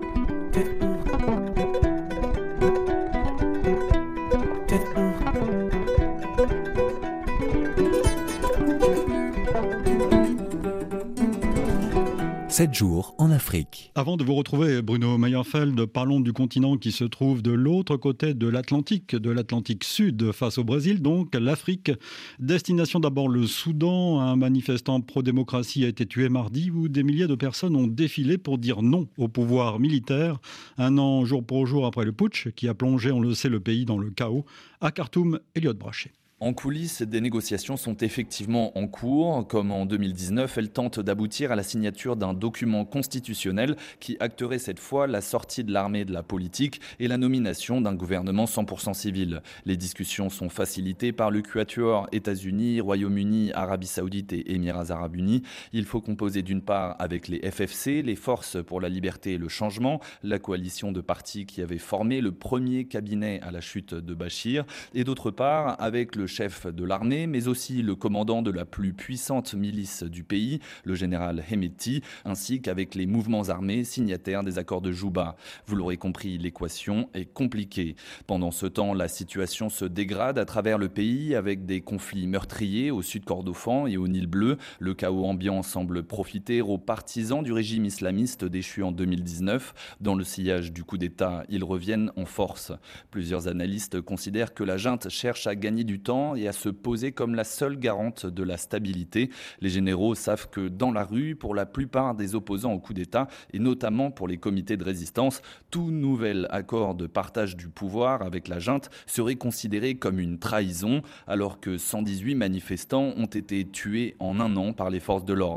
sept jours en Afrique. Avant de vous retrouver, Bruno Meierfeld, parlons du continent qui se trouve de l'autre côté de l'Atlantique, de l'Atlantique Sud, face au Brésil, donc l'Afrique. Destination d'abord le Soudan. Un manifestant pro-démocratie a été tué mardi où des milliers de personnes ont défilé pour dire non au pouvoir militaire. Un an jour pour jour après le putsch qui a plongé, on le sait, le pays dans le chaos. À Khartoum, Elliot Brachet. En coulisses, des négociations sont effectivement en cours. Comme en deux mille dix-neuf, elles tentent d'aboutir à la signature d'un document constitutionnel qui acterait cette fois la sortie de l'armée de la politique et la nomination d'un gouvernement cent pour cent civil. Les discussions sont facilitées par le quatuor États-Unis, Royaume-Uni, Arabie Saoudite et Émirats Arabes Unis. Il faut composer d'une part avec les F F C, les Forces pour la Liberté et le Changement, la coalition de partis qui avait formé le premier cabinet à la chute de Bachir, et d'autre part avec le chef de l'armée, mais aussi le commandant de la plus puissante milice du pays, le général Hemeti, ainsi qu'avec les mouvements armés signataires des accords de Juba. Vous l'aurez compris, l'équation est compliquée. Pendant ce temps, la situation se dégrade à travers le pays avec des conflits meurtriers au sud Kordofan et au Nil Bleu. Le chaos ambiant semble profiter aux partisans du régime islamiste déchu en deux mille dix-neuf. Dans le sillage du coup d'État, ils reviennent en force. Plusieurs analystes considèrent que la junte cherche à gagner du temps et à se poser comme la seule garante de la stabilité. Les généraux savent que dans la rue, pour la plupart des opposants au coup d'État, et notamment pour les comités de résistance, tout nouvel accord de partage du pouvoir avec la junte serait considéré comme une trahison, alors que cent dix-huit manifestants ont été tués en un an par les forces de l'ordre.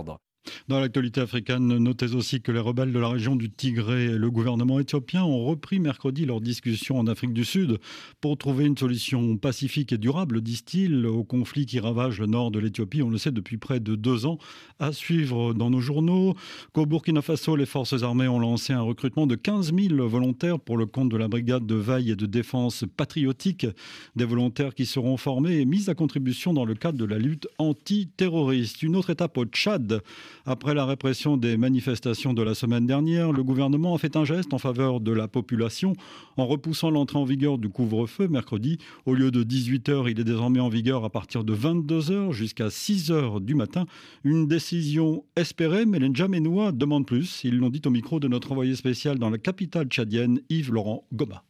Dans l'actualité africaine, notez aussi que les rebelles de la région du Tigré et le gouvernement éthiopien ont repris mercredi leur discussion en Afrique du Sud pour trouver une solution pacifique et durable, disent-ils, au conflit qui ravage le nord de l'Éthiopie, on le sait depuis près de deux ans. À suivre dans nos journaux qu'au Burkina Faso, les forces armées ont lancé un recrutement de quinze mille volontaires pour le compte de la brigade de veille et de défense patriotique. Des volontaires qui seront formés et mis à contribution dans le cadre de la lutte antiterroriste. Une autre étape au Tchad. Après la répression des manifestations de la semaine dernière, le gouvernement a fait un geste en faveur de la population en repoussant l'entrée en vigueur du couvre-feu mercredi. Au lieu de dix-huit heures, il est désormais en vigueur à partir de vingt-deux heures jusqu'à six heures du matin. Une décision espérée, mais les N'Djamenois demandent plus. Ils l'ont dit au micro de notre envoyé spécial dans la capitale tchadienne, Yves-Laurent Goma.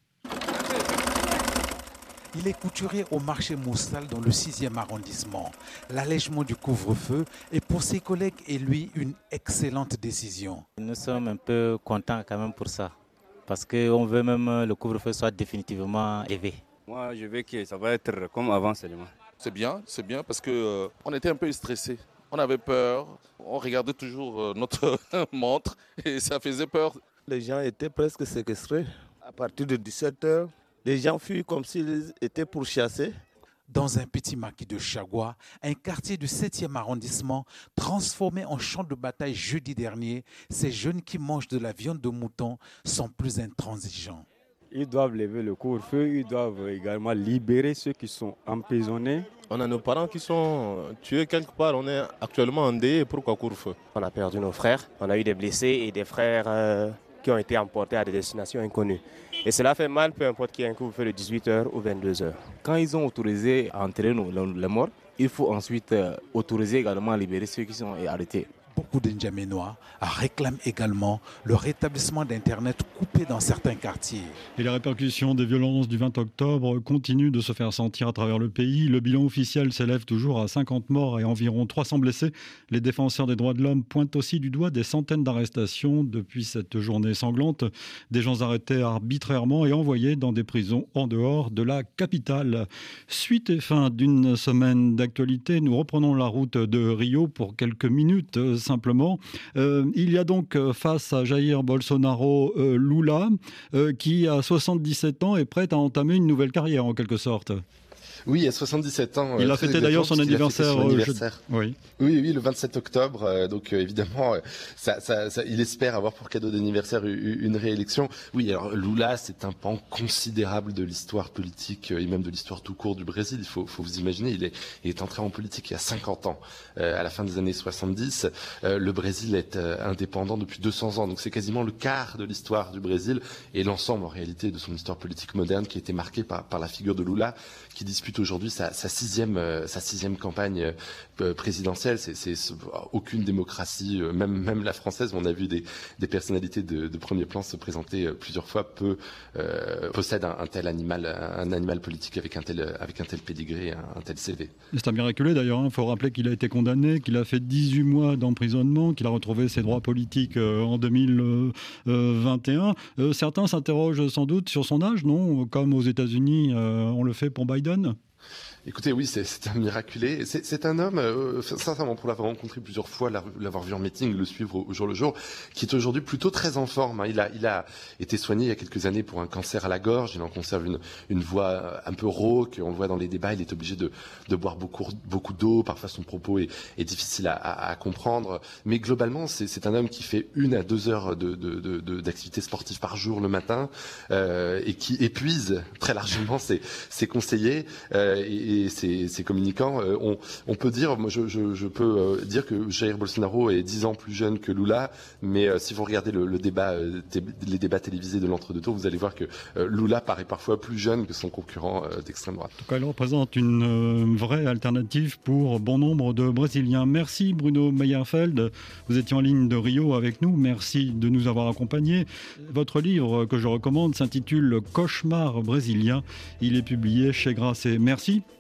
Il est couturier au marché Moussal dans le sixième arrondissement. L'allègement du couvre-feu est pour ses collègues et lui une excellente décision. Nous sommes un peu contents quand même pour ça, parce qu'on veut même que le couvre-feu soit définitivement élevé. Moi, je veux que ça va être comme avant seulement. C'est bien, c'est bien parce qu'on euh, était un peu stressés. On avait peur, on regardait toujours euh, notre montre et ça faisait peur. Les gens étaient presque séquestrés. À partir de dix-sept heures, les gens fuient comme s'ils étaient pourchassés. Dans un petit maquis de Chagua, un quartier du septième arrondissement, transformé en champ de bataille jeudi dernier, ces jeunes qui mangent de la viande de mouton sont plus intransigeants. Ils doivent lever le couvre-feu, ils doivent également libérer ceux qui sont emprisonnés. On a nos parents qui sont tués quelque part, on est actuellement endeuillés. Pourquoi couvre-feu? On a perdu nos frères, on a eu des blessés et des frères euh, qui ont été emportés à des destinations inconnues. Et cela fait mal, peu importe qu'il y ait un couvre-feu de dix-huit heures ou vingt-deux heures. Quand ils ont autorisé à enterrer les morts, il faut ensuite euh, autoriser également à libérer ceux qui sont arrêtés. Beaucoup d'Indjamenois réclament également le rétablissement d'Internet coupé dans certains quartiers. Et les répercussions des violences du vingt octobre continuent de se faire sentir à travers le pays. Le bilan officiel s'élève toujours à cinquante morts et environ trois cents blessés. Les défenseurs des droits de l'homme pointent aussi du doigt des centaines d'arrestations depuis cette journée sanglante. Des gens arrêtés arbitrairement et envoyés dans des prisons en dehors de la capitale. Suite et fin d'une semaine d'actualité, nous reprenons la route de Rio pour quelques minutes simplement. Euh, il y a donc face à Jair Bolsonaro euh, Lula euh, qui a soixante-dix-sept ans et prêt à entamer une nouvelle carrière en quelque sorte. Oui, à soixante-dix-sept ans. Il a fêté d'ailleurs son anniversaire. Son anniversaire. Je... Oui. oui, oui, le vingt-sept octobre. Euh, donc euh, évidemment, euh, ça, ça, ça, il espère avoir pour cadeau d'anniversaire une réélection. Oui, alors Lula, c'est un pan considérable de l'histoire politique et même de l'histoire tout court du Brésil. Il faut, faut vous imaginer, il est, il est entré en politique il y a cinquante ans, euh, à la fin des années soixante-dix. Euh, le Brésil est euh, indépendant depuis deux cents ans, donc c'est quasiment le quart de l'histoire du Brésil et l'ensemble en réalité de son histoire politique moderne qui a été marquée par, par la figure de Lula, qui dispute aujourd'hui sa, sa sixième, euh, sa sixième campagne euh, présidentielle. C'est, c'est, c'est aucune démocratie, euh, même, même la française, où on a vu des, des personnalités de, de premier plan se présenter euh, plusieurs fois, peu euh, possède un, un tel animal, un animal politique avec un tel, avec un tel pédigré, un, un tel C V. C'est un miraculé d'ailleurs. Il hein. faut rappeler qu'il a été condamné, qu'il a fait dix-huit mois d'emprisonnement, qu'il a retrouvé ses droits politiques euh, en deux mille vingt et un. Euh, certains s'interrogent sans doute sur son âge, non? Comme aux États-Unis, euh, on le fait pour Biden. Écoutez, oui, c'est, c'est un miraculé. C'est, c'est un homme, euh, sincèrement, pour l'avoir rencontré plusieurs fois, l'avoir vu en meeting, le suivre au, au jour le jour, qui est aujourd'hui plutôt très en forme. Hein. Il a, il a été soigné il y a quelques années pour un cancer à la gorge. Il en conserve une, une voix un peu rauque. On le voit dans les débats. Il est obligé de, de boire beaucoup, beaucoup d'eau. Parfois, son propos est, est difficile à, à, à comprendre. Mais globalement, c'est, c'est un homme qui fait une à deux heures de, de, de, de, d'activité sportive par jour le matin euh, et qui épuise très largement ses, ses conseillers. Euh, et, et ses, ses communicants. Euh, on, on peut dire, moi je, je, je peux euh, dire que Jair Bolsonaro est dix ans plus jeune que Lula, mais euh, si vous regardez le, le débat, euh, t- les débats télévisés de l'entre-deux tours, vous allez voir que euh, Lula paraît parfois plus jeune que son concurrent euh, d'extrême droite. En tout cas, il représente une euh, vraie alternative pour bon nombre de Brésiliens. Merci Bruno Meyerfeld, vous étiez en ligne de Rio avec nous, merci de nous avoir accompagnés. Votre livre que je recommande s'intitule Cauchemar brésilien, il est publié chez Grasset. Merci.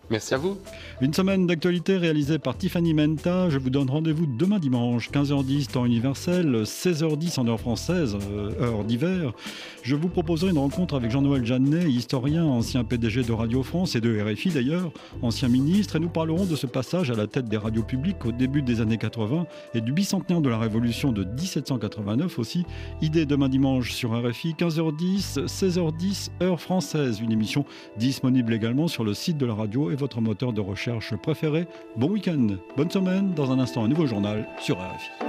Merci à vous. Une semaine d'actualité réalisée par Tiffany Menta. Je vous donne rendez-vous demain dimanche, quinze heures dix temps universel, seize heures dix en heure française, euh, heure d'hiver. Je vous proposerai une rencontre avec Jean-Noël Jeannet, historien, ancien P D G de Radio France et de R F I d'ailleurs, ancien ministre, et nous parlerons de ce passage à la tête des radios publiques au début des années quatre-vingts et du bicentenaire de la Révolution de dix-sept cent quatre-vingt-neuf aussi. Idée demain dimanche sur R F I, quinze heures dix, seize heures dix, heure française. Une émission disponible également sur le site de la radio et votre moteur de recherche préféré. Bon week-end, bonne semaine, dans un instant un nouveau journal sur R F I.